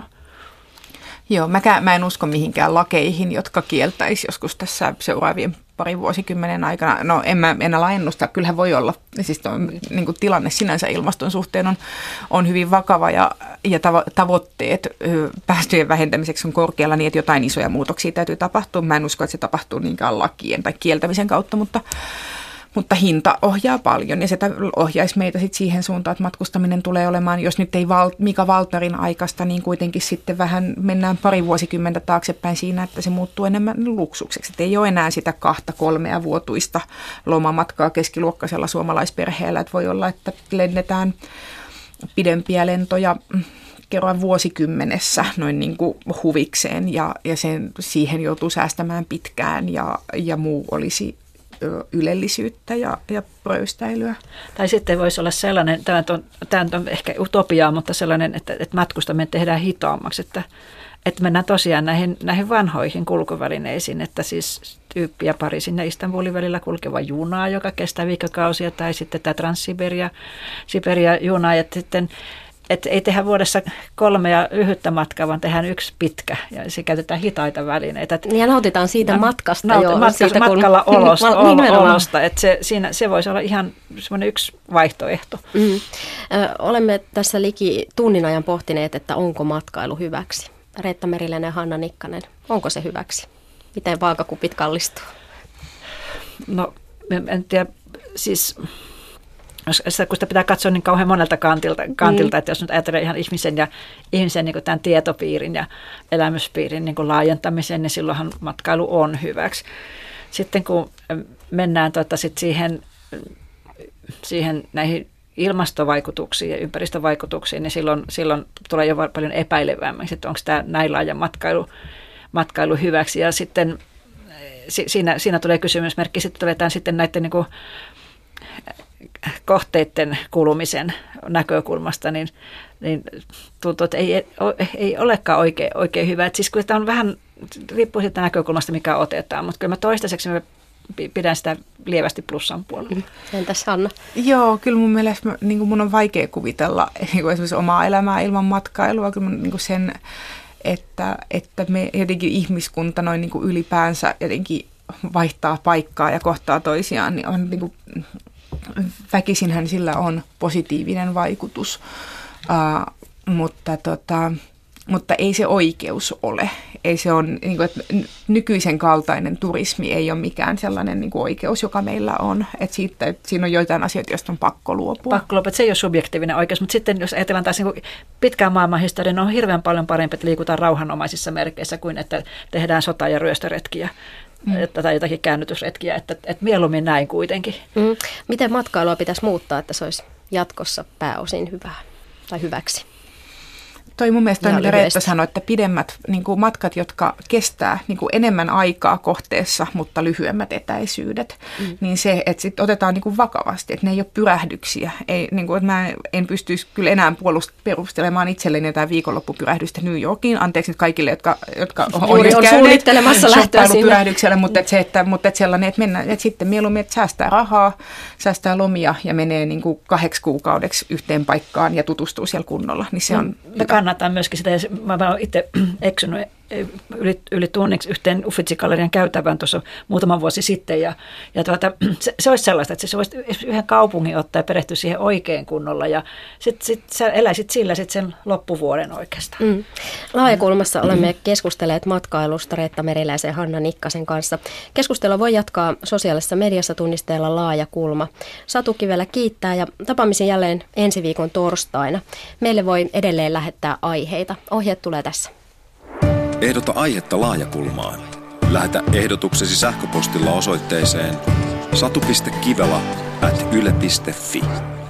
Joo, mäkään, mä en usko mihinkään lakeihin, jotka kieltäisi joskus tässä seuraavien parin vuosikymmenen aikana. No en mä en ala ennustaa, kyllähän voi olla. Siis on, niin kuin tilanne sinänsä ilmaston suhteen on, on hyvin vakava ja, ja tavo- tavoitteet päästöjen vähentämiseksi on korkealla niin, että jotain isoja muutoksia täytyy tapahtua. Mä en usko, että se tapahtuu niinkään lakien tai kieltämisen kautta, mutta Mutta hinta ohjaa paljon ja se ohjaisi meitä sitten siihen suuntaan, että matkustaminen tulee olemaan, jos nyt ei Val- Mika Valtarin aikaista, niin kuitenkin sitten vähän mennään pari vuosikymmentä taaksepäin siinä, että se muuttuu enemmän luksukseksi. Et ei ole enää sitä kahta kolmea vuotuista lomamatkaa keskiluokkaisella suomalaisperheellä, että voi olla, että lennetään pidempiä lentoja kerran vuosikymmenessä noin niin kuin huvikseen ja, ja sen, siihen joutuu säästämään pitkään ja, ja muu olisi ylellisyyttä ja, ja pröystäilyä. Tai sitten voisi olla sellainen, tämä on, tämä on ehkä utopiaa, mutta sellainen, että, että matkustaminen tehdään hitaammaksi, että, että mennään tosiaan näihin, näihin vanhoihin kulkuvälineisiin, että siis tyyppiä Pariisin ja Istanbulin välillä kulkeva juna, joka kestää viikkokausia, tai sitten tämä Trans-Siberia Siberia juna, että sitten että ei tehdä vuodessa kolmea lyhyttä matkaa, vaan tehdään yksi pitkä ja se käytetään hitaita välineitä. Ja nautitaan siitä no, matkasta naut, jo. Matka, siitä, matkalla kun, olosta, ol, olosta että se, siinä, se voisi olla ihan semmoinen yksi vaihtoehto. Mm. Ö, olemme tässä liki tunnin ajan pohtineet, että onko matkailu hyväksi. Reetta Meriläinen ja Hanna Nikkanen, onko se hyväksi? Miten vaakakupit kallistuu? No en tiedä, siis... kun sitä pitää katsoa niin kauhean monelta kantilta, kantilta mm. että jos nyt ajatellaan ihan ihmisen ja ihmisen niin kuin tämän tietopiirin ja elämyspiirin niin kuin laajentamisen, niin silloinhan matkailu on hyväksi. Sitten kun mennään tuota, sit siihen, siihen näihin ilmastovaikutuksiin ja ympäristövaikutuksiin, niin silloin, silloin tulee jo paljon epäilevämmäksi, että onko tämä näin laaja matkailu, matkailu hyväksi. Ja sitten siinä, siinä tulee kysymysmerkki. Sitten tulee sitten näiden niin kuin kohteiden kulumisen näkökulmasta, niin, niin tuntuu, että ei, ei olekaan oikein, oikein hyvä. Että siis kyllä tämä on vähän, riippuu siitä näkökulmasta, mikä otetaan, mutta kyllä mä toistaiseksi mä pidän sitä lievästi plussan puolella. Entäs Hanna? Joo, kyllä mun mielestä niin kuin mun on vaikea kuvitella niin kuin esimerkiksi omaa elämää ilman matkailua. Kyllä mun, niin kuin sen, että, että me jotenkin ihmiskunta noin niin kuin ylipäänsä jotenkin vaihtaa paikkaa ja kohtaa toisiaan, niin on niin kuin, väkisinhän sillä on positiivinen vaikutus, uh, mutta, tota, mutta ei se oikeus ole. Ei se on, niin kuin, että nykyisen kaltainen turismi ei ole mikään sellainen niin kuin oikeus, joka meillä on. Että siitä, että siinä on joitain asioita, joista on pakko luopua. Pakko luopua, että se ei ole subjektiivinen oikeus, mutta sitten jos ajatellaan taas niin pitkään maailmanhistorian, niin on hirveän paljon parempi, että liikutaan rauhanomaisissa merkeissä kuin että tehdään sota- ja ryöstöretkiä. Mm. Tai jotakin käännytysretkiä, että, että mieluummin näin kuitenkin. Mm. Miten matkailua pitäisi muuttaa, että se olisi jatkossa pääosin hyvää tai hyväksi? Toi mun mielestä, mitä Reetta sanoi, että pidemmät niin kuin matkat, jotka kestää niin kuin enemmän aikaa kohteessa, mutta lyhyemmät etäisyydet, mm. niin se, että sit otetaan niin kuin vakavasti, että ne ei ole pyrähdyksiä. Ei, niin kuin, että mä en pystyisi kyllä enää puolust, perustelemaan itselleni jotain viikonloppupyrähdystä New Yorkiin. Anteeksi nyt kaikille, jotka, jotka on, on suunnittelemassa lähtöä sinne. Mutta, että se, että, mutta että sellainen, että, mennään, että sitten mieluummin, että säästää rahaa, säästää lomia ja menee niin kuin kahdeksi kuukaudeksi yhteen paikkaan ja tutustuu siellä kunnolla, niin se on mm. kannattaa myöskin sitä, ja mä olen itse eksynyt yli, yli tunniksi yhteen Uffizi-gallerian käytävään tuossa muutama vuosi sitten, ja, ja tuota, se, se olisi sellaista, että se voisi yhden kaupungin ottaa ja perehtyä siihen oikein kunnolla, ja sitten sit sä eläisit sillä sit sen loppuvuoden oikeastaan. Mm. Laajakulmassa olemme keskustelleet matkailusta Reetta Meriläisen ja Hanna Nikkasen kanssa. Keskustelua voi jatkaa sosiaalisessa mediassa tunnisteella Laajakulma. Satu Kivelä kiittää, ja tapaamisen jälleen ensi viikon torstaina. Meille voi edelleen lähettää aiheita. Ohjeet tulee tässä. Ehdota aihetta Laajakulmaan. Lähetä ehdotuksesi sähköpostilla osoitteeseen satu piste kivela ät yle piste fi.